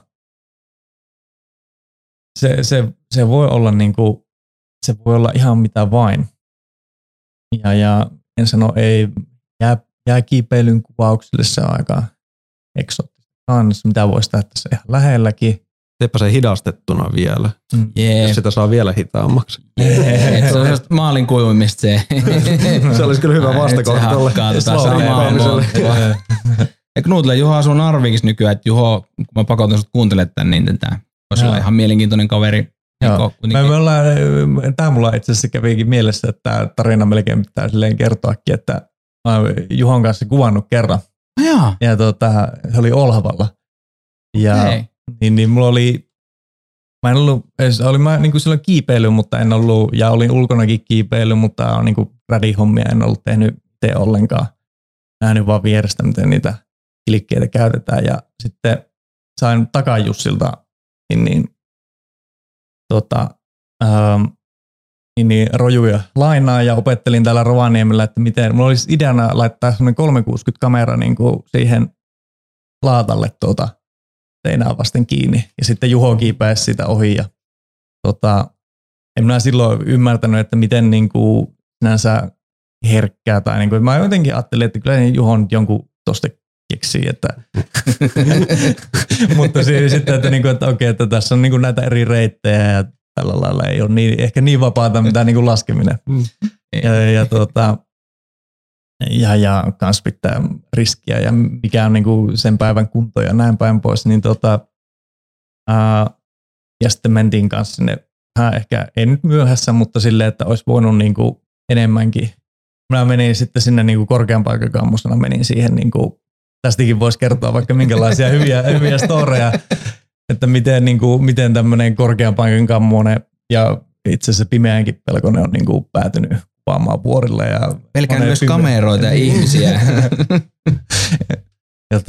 se voi olla se voi olla ihan mitä vain. Ja en sano ei jääkiipeilyn kuvauksille se on aika eksoottista kanssa, mitä voisi tehdä tässä ihan lähelläkin. Teepä se hidastettuna vielä. Jos sitä saa vielä hitaammaksi. Se on just maalin kuivumista se. Se olisi kyllä hyvä vastakohta tolle. Ja Knutle, Juho asuu Narvikissa nykyään, että Juho, kun mä pakotan sut kuuntelemaan tän, niin tämä voisi olla ihan mielenkiintoinen kaveri. Tämä mulla itse asiassa kävikin mielessä, että tämä tarina melkein pitää silleen kertoakin, että mä oon Juhon kanssa kuvannut kerran. Ja se oli Olhavalla. Ja niin mulla oli, mä en ollut, mä silloin kiipeily, mutta en ollut, ja olin ulkonakin kiipeily, mutta on radihommia en ollut tehnyt itse ollenkaan. Nähnyt vaan vierestä, miten niitä kilikkeitä käytetään. Ja sitten sain Takajussilta rojuja lainaa ja opettelin täällä Rovaniemellä, että miten, mulla olisi ideana laittaa semmoinen 360-kamera siihen laatalle seinää vasten kiinni. Ja sitten Juho kiipäisi sitä ohi. Ja, en minä silloin ymmärtänyt, että miten sinänsä herkkää. Tai mä jotenkin ajattelin, että kyllä Juho nyt jonkun tosta keksii. Että mutta sitten, että okei, että tässä on näitä eri reittejä ja tällä lailla ei ole ehkä niin vapaata mitä laskeminen. Ja kans pitää riskiä ja mikä on sen päivän kunto ja näin päin pois. Niin ja sitten mentiin kanssa sinne ehkä ei nyt myöhässä, mutta silleen, että olisi voinut enemmänkin. Mä menin sitten sinne korkean paikan kammosena, menin siihen tästäkin voisi kertoa vaikka minkälaisia hyviä storeja, että miten tämmöinen korkean paikan kammonen ja itse asiassa pimeänkin pelkonen on päätynyt duppaamaan vuorilla. Ja pelkään myös kameroita ja ihmisiä. Ja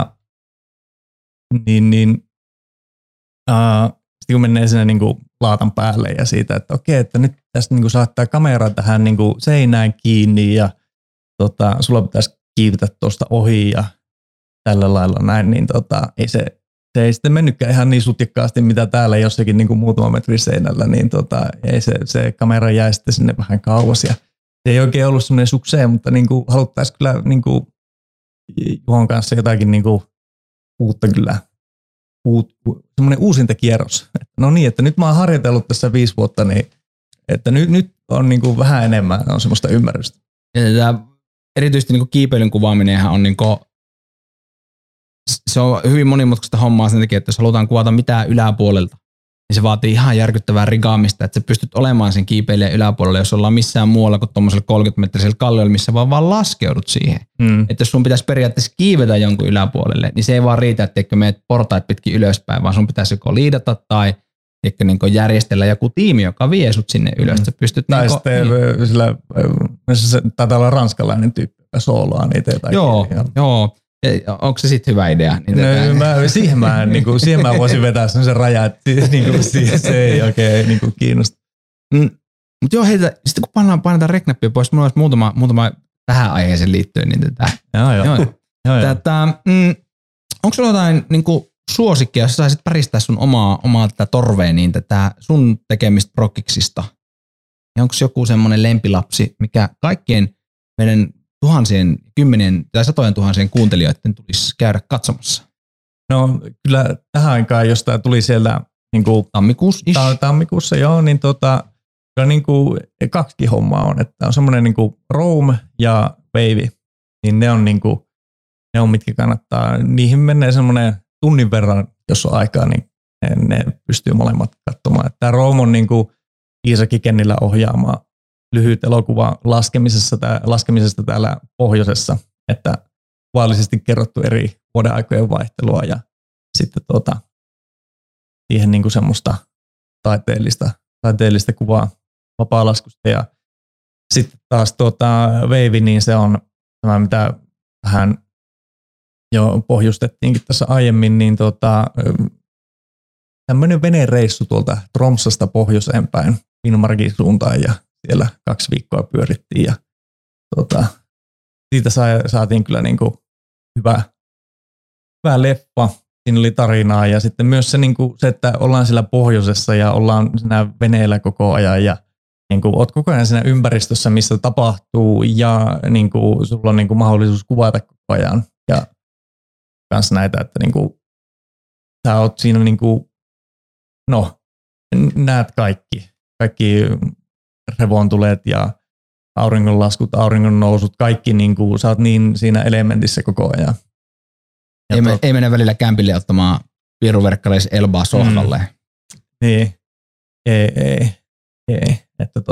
sitten kun menee sinne niinku laatan päälle ja siitä, että okei, että nyt tästä niinku saattaa kamera tähän niinku seinään kiinni ja sulla pitäisi kiivetä tuosta ohi ja tällä lailla näin, niin se ei sitten mennytkään ihan niin sutikkaasti, mitä täällä jossakin niinku muutama metri seinällä, niin ei se kamera jäi sitten sinne vähän kauas ja se ei oikein ollut semmoinen sukseen, mutta niinku haluttaisiin kyllä niinku Juhon kanssa jotakin niinku uutta kyllä. Semmoinen uusintakierros. No niin, että nyt mä oon harjoitellut tässä 5 vuotta, niin että nyt on niinku vähän enemmän on semmoista ymmärrystä. Ja erityisesti niinku kiipeilyn kuvaaminenhan on niinku, se on hyvin monimutkaista hommaa sen takia, että jos halutaan kuvata mitään yläpuolelta, niin se vaatii ihan järkyttävää rigaamista, että sä pystyt olemaan sen kiipeilijän yläpuolella, jos ollaan missään muualla kuin tuommoisella 30-metrisellä kalliolla, missä vaan laskeudut siihen. Että jos sun pitäisi periaatteessa kiivetä jonkun yläpuolelle, niin se ei vaan riitä, että meet portaat pitkin ylöspäin, vaan sun pitäisi joko liidata tai niin järjestellä joku tiimi, joka vie sut sinne ylös. Sä pystyt tai sitten sillä, se taitaa olla ranskalainen tyyppi, joka soolaa niitä jotain. Joo. Onko se sitten hyvä idea? Siihen mä voisin vetää sen rajan, että se ei oikein kiinnosta. Mutta joo, heitä, sitten kun painetaan rek-nappia pois, mulla olisi muutama tähän aiheeseen liittyen. Niin onko sulla jotain suosikkia, jos sä saisit päristää sun omaa tätä torvea, niin tätä sun tekemistä prokkiksista? Ja onko joku semmoinen lempilapsi, mikä kaikkien meidän tuhansien, kymmenien tai satojen tuhansien kuuntelijoiden tulisi käydä katsomassa? No kyllä tähän aikaan, jos tämä tuli sieltä tammikuussa, joo, niin kyllä 2 hommaa on, että on semmoinen Roam ja Wavy, niin ne on mitkä kannattaa, niihin menee semmoinen tunnin verran, jos on aikaa, niin ne pystyy molemmat katsomaan. Tämä Roam on Iisa Kikennillä ohjaama lyhyt elokuva laskemisesta täällä pohjoisessa, että kuvallisesti kerrottu eri vuodenaikojen vaihtelua ja sitten siihen semmoista taiteellista kuvaa vapaalaskusta ja sitten taas Wavy, niin se on tämä, mitä vähän jo pohjustettiinkin tässä aiemmin, niin tämmöinen venereissu tuolta Tromsasta pohjoiseen päin Finnmarkin suuntaan ja siellä 2 viikkoa pyörittiin ja siitä saatiin kyllä hyvä leffa. Siinä oli tarinaa ja sitten myös se, että ollaan siellä pohjoisessa ja ollaan siinä veneellä koko ajan ja oot koko ajan siinä ympäristössä, missä tapahtuu ja sulla on mahdollisuus kuvata koko ajan ja kans näitä, että sä oot siinä näet kaikki revontulet ja auringonlaskut, auringonnousut, kaikki sä oot niin siinä elementissä koko ajan. Ei mene välillä kämpille ottamaan piiruverkkaleis Elbaa sohdalle. Niin, ei. Että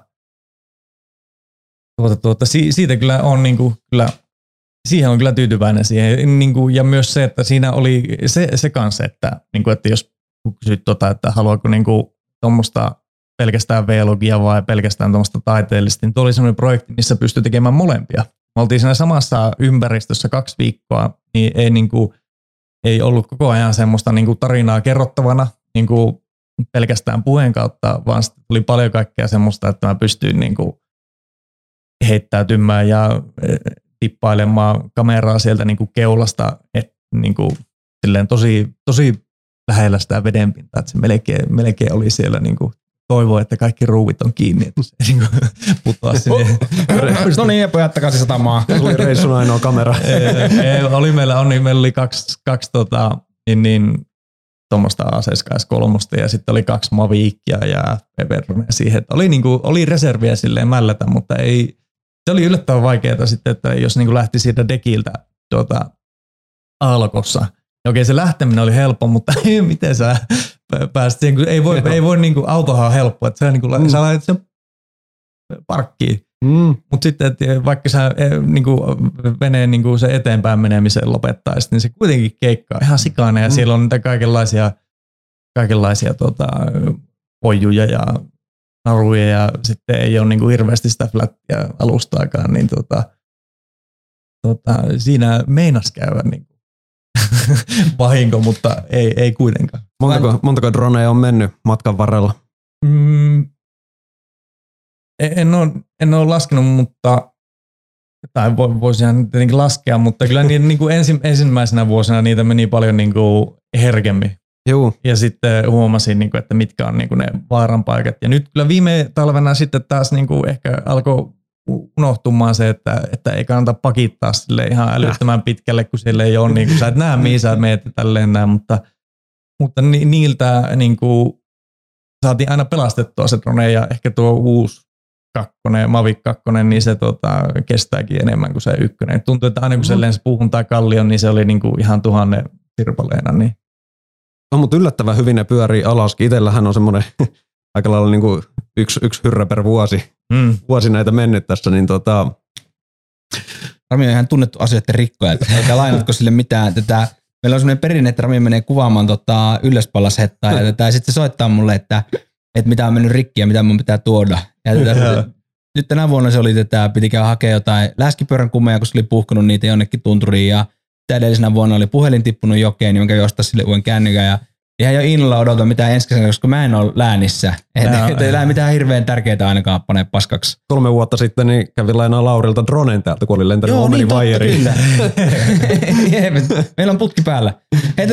siitä kyllä on kyllä, siihen on kyllä tyytyväinen siihen. Ja myös se, että siinä oli se kanssa, että jos kysyt että haluaako tuommoista pelkästään vlogia vai pelkästään tuommoista taiteellista, niin tuo oli semmoinen projekti, missä pystyi tekemään molempia. Me oltiin siinä samassa ympäristössä 2 viikkoa, niin ei ollut koko ajan semmoista tarinaa kerrottavana pelkästään puheen kautta, vaan tuli paljon kaikkea semmoista, että mä pystyin heittäytymään ja tippailemaan kameraa sieltä keulasta, että silleen tosi lähellä sitä vedenpintaa, että se melkein oli siellä toivoo, että kaikki ruuvit on kiinni, että se ei putoa sinne. No niin, pojat takaisin satamaan. Tuli reissun ainoa kamera. Meillä oli kaksi tuommoista A7S3 ja sitten oli 2 Mavickia ja FPV-droneja siihen. Että oli reserviä silleen mällätä, mutta se oli yllättävän vaikeaa sitten, että jos lähti siitä dekiltä alkossa. Okei, se lähteminen oli helppo, mutta miten sä pääsit siihen, ei voi autohan on helppo, että sä laitat sen parkkiin. Mutta sitten, että vaikka sä veneen se eteenpäin menemisen lopettaisit, niin se kuitenkin keikkaa ihan sikana ja siellä on niitä kaikenlaisia pojuja ja naruja ja sitten ei ole niin kuin hirveästi sitä flättiä alustaakaan, niin siinä meinas käydä niin kuin vahinko, mutta ei kuitenkaan. Montako droneja on mennyt matkan varrella? En ole laskenut, mutta tai voisihan tietenkin laskea, mutta kyllä niin kuin ensimmäisenä vuosina niitä meni paljon niin kuin herkemmin. Joo. Ja sitten huomasin, niin kuin, että mitkä on niin kuin ne vaaran paikat. Ja nyt kyllä viime talvena sitten taas niin kuin ehkä alkoi unohtumaan se, että ei kannata pakittaa sille ihan älyttömän pitkälle, kun siellä ei ole, niin kuin, sä et näe mihin sä meet tälleen näin, mutta niiltä niin kuin, saatiin aina pelastettua se drone ja ehkä tuo uusi Mavic 2, niin se kestääkin enemmän kuin se 1. Tuntuu, että aina kun se lensi puuhun tai kallion, niin se oli niin kuin ihan 1000 sirpaleena. Niin. No, mutta yllättävän hyvin ne pyörii alaskin. Itsellähän on semmoinen aika lailla niin kuin yksi hyrrä per vuosi näitä mennyt tässä. Niin Rami on ihan tunnettu asioiden rikkoja, eikä lainatko sille mitään tätä. Meillä on semmoinen perinne, että Rami menee kuvaamaan ylöspallashettaa ja sitten se soittaa mulle, että mitä on mennyt rikki ja mitä mun pitää tuoda. Ja nyt tänä vuonna se oli piti käydä hakea jotain läskipyörän kumeja, kun se oli puhkunut niitä jonnekin tunturiin ja edellisenä vuonna oli puhelin tippunut jokeen, niin mä kävin ostaa sille uuden kännykän ja ihan jo innolla odotan mitään ensi kesänä, koska mä en ole läänissä. Ei lähde mitään hirveän tärkeää ainakaan panee paskaksi. 3 vuotta sitten niin kävin lainaa Laurilta dronen täältä, kun oli lentänyt omeni vaijeriin. Kyllä. Meillä on putki päällä. Hei,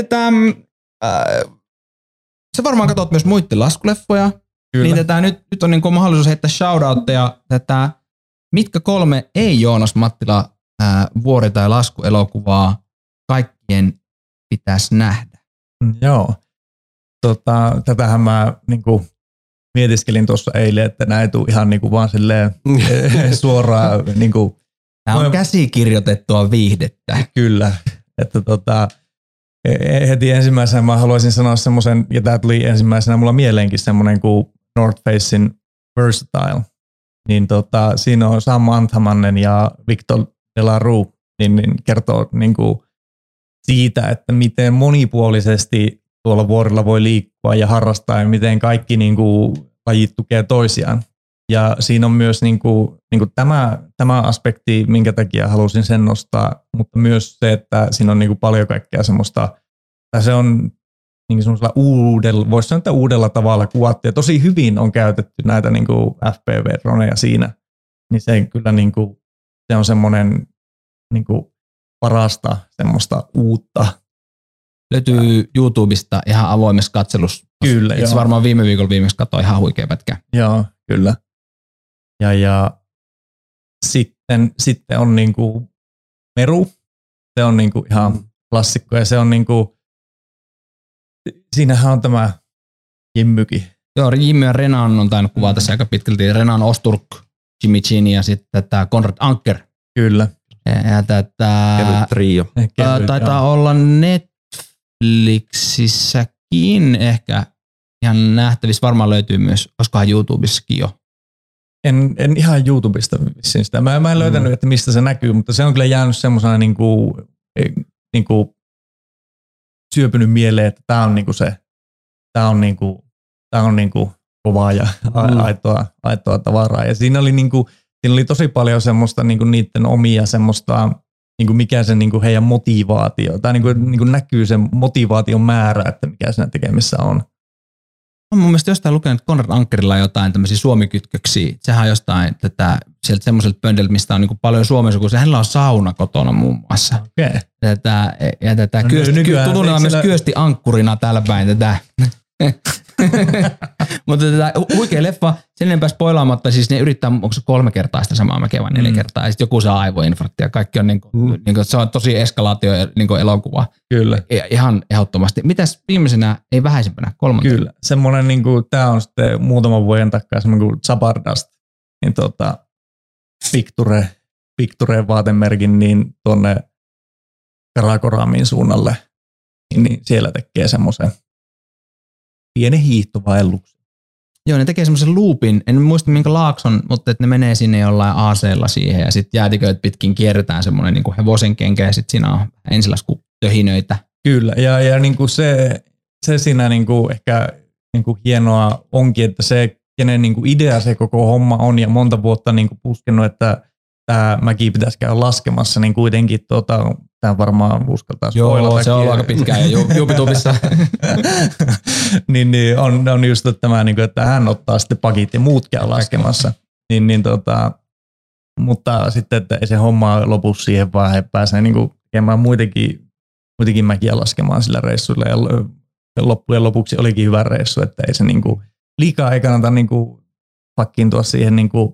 sä varmaan katsot myös muiden laskuleffoja. Kyllä. Niin nyt on niin mahdollisuus heittää shoutoutteja mitkä 3 ei Joonas Mattila vuori- tai laskuelokuvaa kaikkien pitäisi nähdä. Joo. Tätähän mä niinku mietiskelin tuossa eilen, että näin ei tule ihan niinku vaan silleen suoraan. Niinku, tämä on käsikirjoitettua viihdettä. Kyllä. Että heti ensimmäisenä mä haluaisin sanoa semmoisen, ja tää tuli ensimmäisenä mulla mieleenkin semmoinen kuin North Facein Versatile. Niin siinä on Sam Anthamanen ja Victor de la Rue, niin kertoo niinku siitä, että miten monipuolisesti tuolla vuorilla voi liikkua ja harrastaa ja miten kaikki niinku lajit tukee toisiaan. Ja siinä on myös niinku tämä aspekti, minkä takia halusin sen nostaa, mutta myös se, että siinä on niinku paljon kaikkea semmoista, tai se on niinku semmoisella voisi sanoa, että uudella tavalla kuvattu ja tosi hyvin on käytetty näitä niinku FPV-droneja siinä. Niin se kyllä niinku, se on semmoinen niinku parasta semmoista uutta. Löytyy YouTubesta ihan avoimessa katselussa. Kyllä, itse varmaan viime viikolla viimeksi katsoin ihan huikea pätkä. Joo, kyllä. Ja sitten on niinku Meru. Se on niinku ihan klassikko ja se on niinku, siinähän on tämä Jimmykin. Joo, Jimmy ja Renan on tainnut kuvaa tässä aika pitkälti. Renan Osturk, Jimmy Chin ja sitten tämä Konrad Anker. Kyllä. Ja kevyt trio. Taitaa olla Netflixissäkin ehkä ihan nähtävissä. Varmaan löytyy myös, olisikohan YouTubessakin jo. En ihan YouTubesta vissiin sitä. Mä en löytänyt, että mistä se näkyy, mutta se on kyllä jäänyt semmoisena niinku syöpynyt mieleen, että tää on niinku se, tää on niinku kovaa ja aitoa tavaraa. Ja siinä oli tosi paljon semmoista niinku niiden omia semmoista, niinku mikä se niinku heidän motivaatio, tai niinku näkyy se motivaation määrä, että mikä siinä tekemissä on. On mun mielestä jostain lukenut Konrad Ankerilla jotain tämmöisiä suomikytköksiä. Sehän on jostain sieltä semmoiselta pöndeltä, mistä on niinku paljon suomensukuisia. Hänellä on sauna kotona muun muassa. Okay. Tunnetaan myös Kyösti ankkurina täällä päin tätä. Mutta huikea leffa, sen enempää spoilaamatta, siis ne yrittää, onko se 3 kertaa sitä samaa mäkeä vai 4 kertaa, ja sitten joku saa aivoinfarktia, kaikki on se on tosi eskalaatio elokuva. Kyllä. Ihan ehdottomasti. Mitäs viimeisenä, ei vähäisempänä, 3? Kyllä, semmoinen, tää on sitten muutaman vuoden takaa semmoinen kuin Zabardast, niin Picture vaatemerkin, niin tuonne Karakoramin suunnalle, niin siellä tekee semmoisen pienen hiihtovaelluksen. Joo, ne tekee semmoisen loopin, en muista minkä laakson, mutta että ne menee sinne jollain aaseella siihen ja sitten jäätiköitä pitkin kierretään semmoinen niin kuin hevosen kenkä ja sitten siinä on ensilaskutöhinöitä. Kyllä, ja niin kuin se siinä niin kuin ehkä niin kuin hienoa onkin, että se kenen niin kuin idea se koko homma on ja monta vuotta niin kuin puskenut, että tämä mäki pitäisi käydä laskemassa, niin kuitenkin tämä varmaan uskaltaa spoilata. Joo, se on ollut aika pitkään jo YouTubessa. niin on just tämä, että hän ottaa sitten pakit ja muut käy laskemassa. Mutta sitten, että ei se homma lopu siihen, vaan he pääsee niin kuin tekemään muitakin mäkiä laskemaan sillä reissuilla. Ja loppujen lopuksi olikin hyvä reissu, että ei se niin kuin, liikaa ei kannata niin kuin pakkiintua siihen, niin kuin,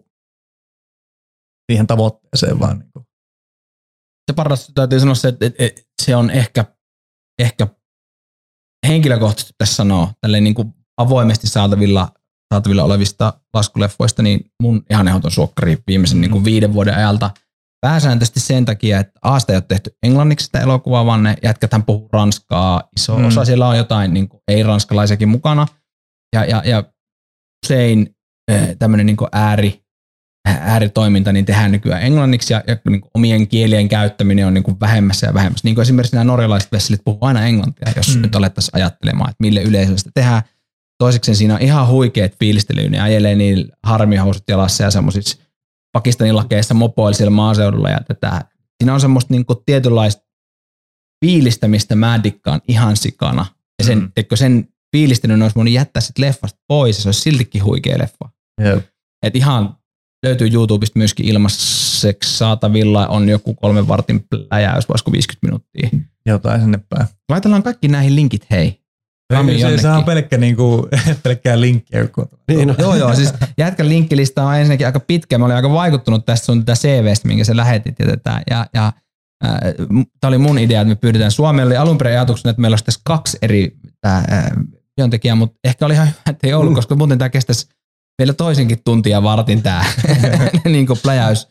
siihen tavoitteeseen vaan. Niin kuin. Se paras täytyy sanoa se, että se on ehkä henkilökohtaisesti tässä sanoo, tälleen niin kuin avoimesti saatavilla olevista laskuleffoista, niin mun ihan ehdoton suokkari viimeisen niin kuin 5 vuoden ajalta. Pääsääntöisesti sen takia, että Asta ei ole tehty englanniksi sitä elokuvaa, vaan ne jätkäthän puhuu ranskaa. Iso osa siellä on jotain niin kuin ei-ranskalaisiakin mukana. Ja usein tämmöinen niin kuin ääritoiminta niin tehdään nykyään englanniksi ja niin kuin omien kielien käyttäminen on niin kuin vähemmässä ja vähemmässä. Niin kuin esimerkiksi nämä norjalaiset vesselit puhuu aina englantia, jos nyt alettaisiin ajattelemaan, että mille yleisölle sitä tehdään. Toiseksi siinä on ihan huikeat fiilistelyä, ne ajelee niillä harmihousut jalassa ja semmoisissa Pakistanin lakeissa mopoilla siellä maaseudulla ja tätä. Siinä on semmoista niin kuin tietynlaista fiilistämistä mä dikkaan ihan sikana. Ja sen fiilistelyn olisi voinut jättää sit leffasta pois ja se olisi siltikin huikea leffa. Yep. Et ihan löytyy YouTubesta myöskin ilmaiseksi saatavilla, on joku 3 vartin pläjäys, voisiko 50 minuuttia. Jotain sinne päin. Laitellaan kaikki näihin linkit, hei. Se on pelkkää linkkiä. Niin, joo, siis jätkän linkkilista on ensinnäkin aika pitkä. Mä olin aika vaikuttunut tästä sun CVstä, minkä sä lähetit. Ja tää oli mun idea, että me pyydetään Suomelle. Oli alun perin ajatuksena, että meillä olisi tässä 2 eri työntekijää, mutta ehkä oli ihan hyvä, että ei ollut, koska muuten tää kestäisi vielä toisenkin tuntia vartin tää niin kuin pläjäys.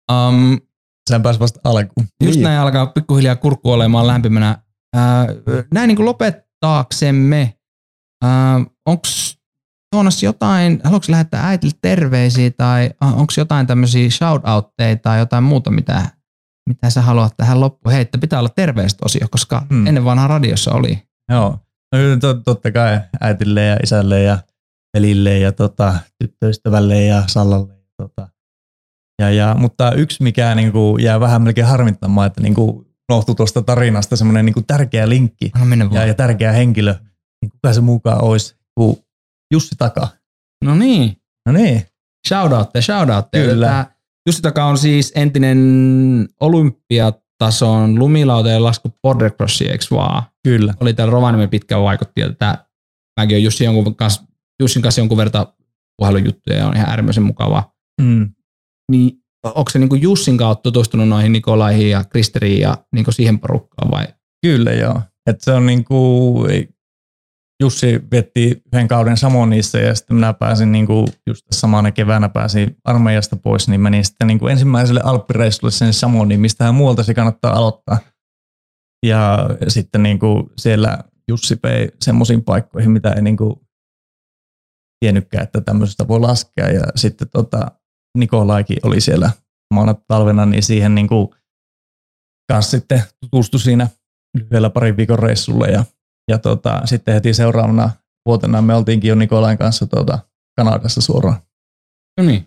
Sä pääs vasta alkuun. Just näin alkaa pikkuhiljaa kurkku olemaan lämpimänä. Näin niin kuin lopettaaksemme. Onko Joonas jotain, haluatko lähettää äitille terveisiä tai onko jotain tämmöisiä shoutoutteja tai jotain muuta, mitä sä haluat tähän loppuun heittää? Pitää olla terveistä-osio, koska ennen vanhaa radiossa oli. Joo, no, totta kai äitille ja isälle ja velille ja tyttöystävälle ja Sallalle. Mutta yksi, mikä niinku jää vähän melkein harmittamaan, että niinku unohtui tuosta tarinasta semmoinen niinku tärkeä linkki ja tärkeä henkilö. Niin kuka se mukaan olisi kuin Jussi Taka. No niin. Shoutoutteja. Kyllä. Jussi Taka on siis entinen olympiatason lumilautojen lasku border crossi, eikö vaan? Kyllä. Oli täällä Rovaniemellä pitkään vaikutti. Mäkin olen Jussin kanssa jonkun verran puhelujuttuja ja on ihan äärimmäisen mukavaa. Niin, onko se niinku Jussin kautta tutustunut noihin Nikolaihin ja Kristeriin ja niinku siihen porukkaan vai? Kyllä joo. Et se on niinku, Jussi vietti 1 kauden Samonissa ja sitten minä pääsin niinku just samana keväänä pääsin armeijasta pois, niin menin sitten niinku ensimmäiselle alppireissulle sen Samoniin, mistähän muualta se kannattaa aloittaa. Ja sitten niinku siellä Jussi vei semmoisiin paikkoihin, mitä ei niinku tiennytkään, että tämmöisestä voi laskea. Ja sitten Nikolaikin oli siellä samana talvena, niin siihen niinku kanssa sitten tutustui siinä lyhyellä 2 viikon reissulle ja sitten heti seuraavana vuotena me oltiinkin jo Nikolain kanssa Kanadassa suoraan. No niin.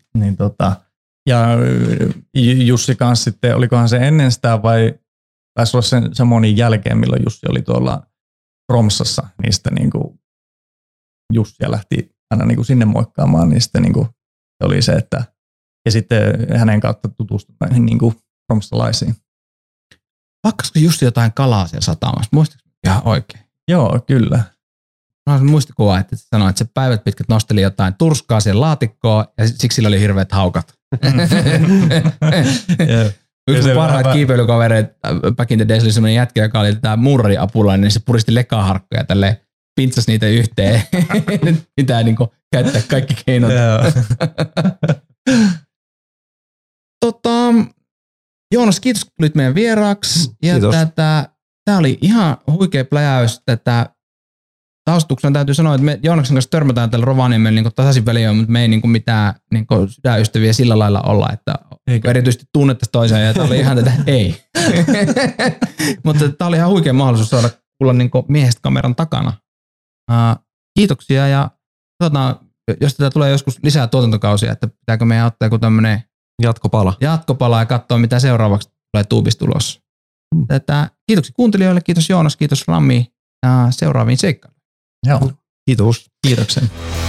Ja Jussi kanssa sitten, olikohan se ennen sitä vai taisi olla sen Samonin jälkeen, milloin Jussi oli tuolla Romsassa, niin sitten niinku Jussia lähti aina niinku sinne moikkaamaan, niin sitten niinku oli se, että ja sitten hänen kautta tutustui näihin niinku romsalaisiin. Pakkasko Jussi jotain kalaa siellä satamassa? Muistatko ihan oikein? Joo, kyllä. Mä olen muistikuva, että sanoit, että se päivät pitkät nosteli jotain turskaa siihen laatikkoon ja siksi sillä oli hirveät haukat. Yksi parhaat kiipeilykavereita back in the days oli semmoinen jätkä, joka oli tämä muurariapulainen, niin se puristi lekaharkkoja tälleen, pintsasi niitä yhteen. Pitää niinku käyttää kaikki keinot. Joonas, kiitos kun tulit meidän vieraaksi. Ja tämä oli ihan huikea pläjäys. Taustuksena täytyy sanoa, että me Joonaksen kanssa törmätään täällä Rovaniemellä niin tasaisin väliin, mutta me ei niin mitään niin sydänystäviä sillä lailla olla, että erityisesti tunnettaisiin toiseen ja tämä oli ihan tätä ei. Mutta tämä oli ihan huikea mahdollisuus saada kuulla niin miehestä kameran takana. Kiitoksia ja katsotaan jos tätä tulee joskus lisää tuotantokausia, että pitääkö meidän ottaa joku tämmöinen jatkopala ja katsoa, mitä seuraavaksi tulee tuubista tulossa. Kiitoksia kuuntelijoille, kiitos Joonas, kiitos Rami ja seuraaviin seikkailuihin. Joo. Kiitos. Kiitoksen.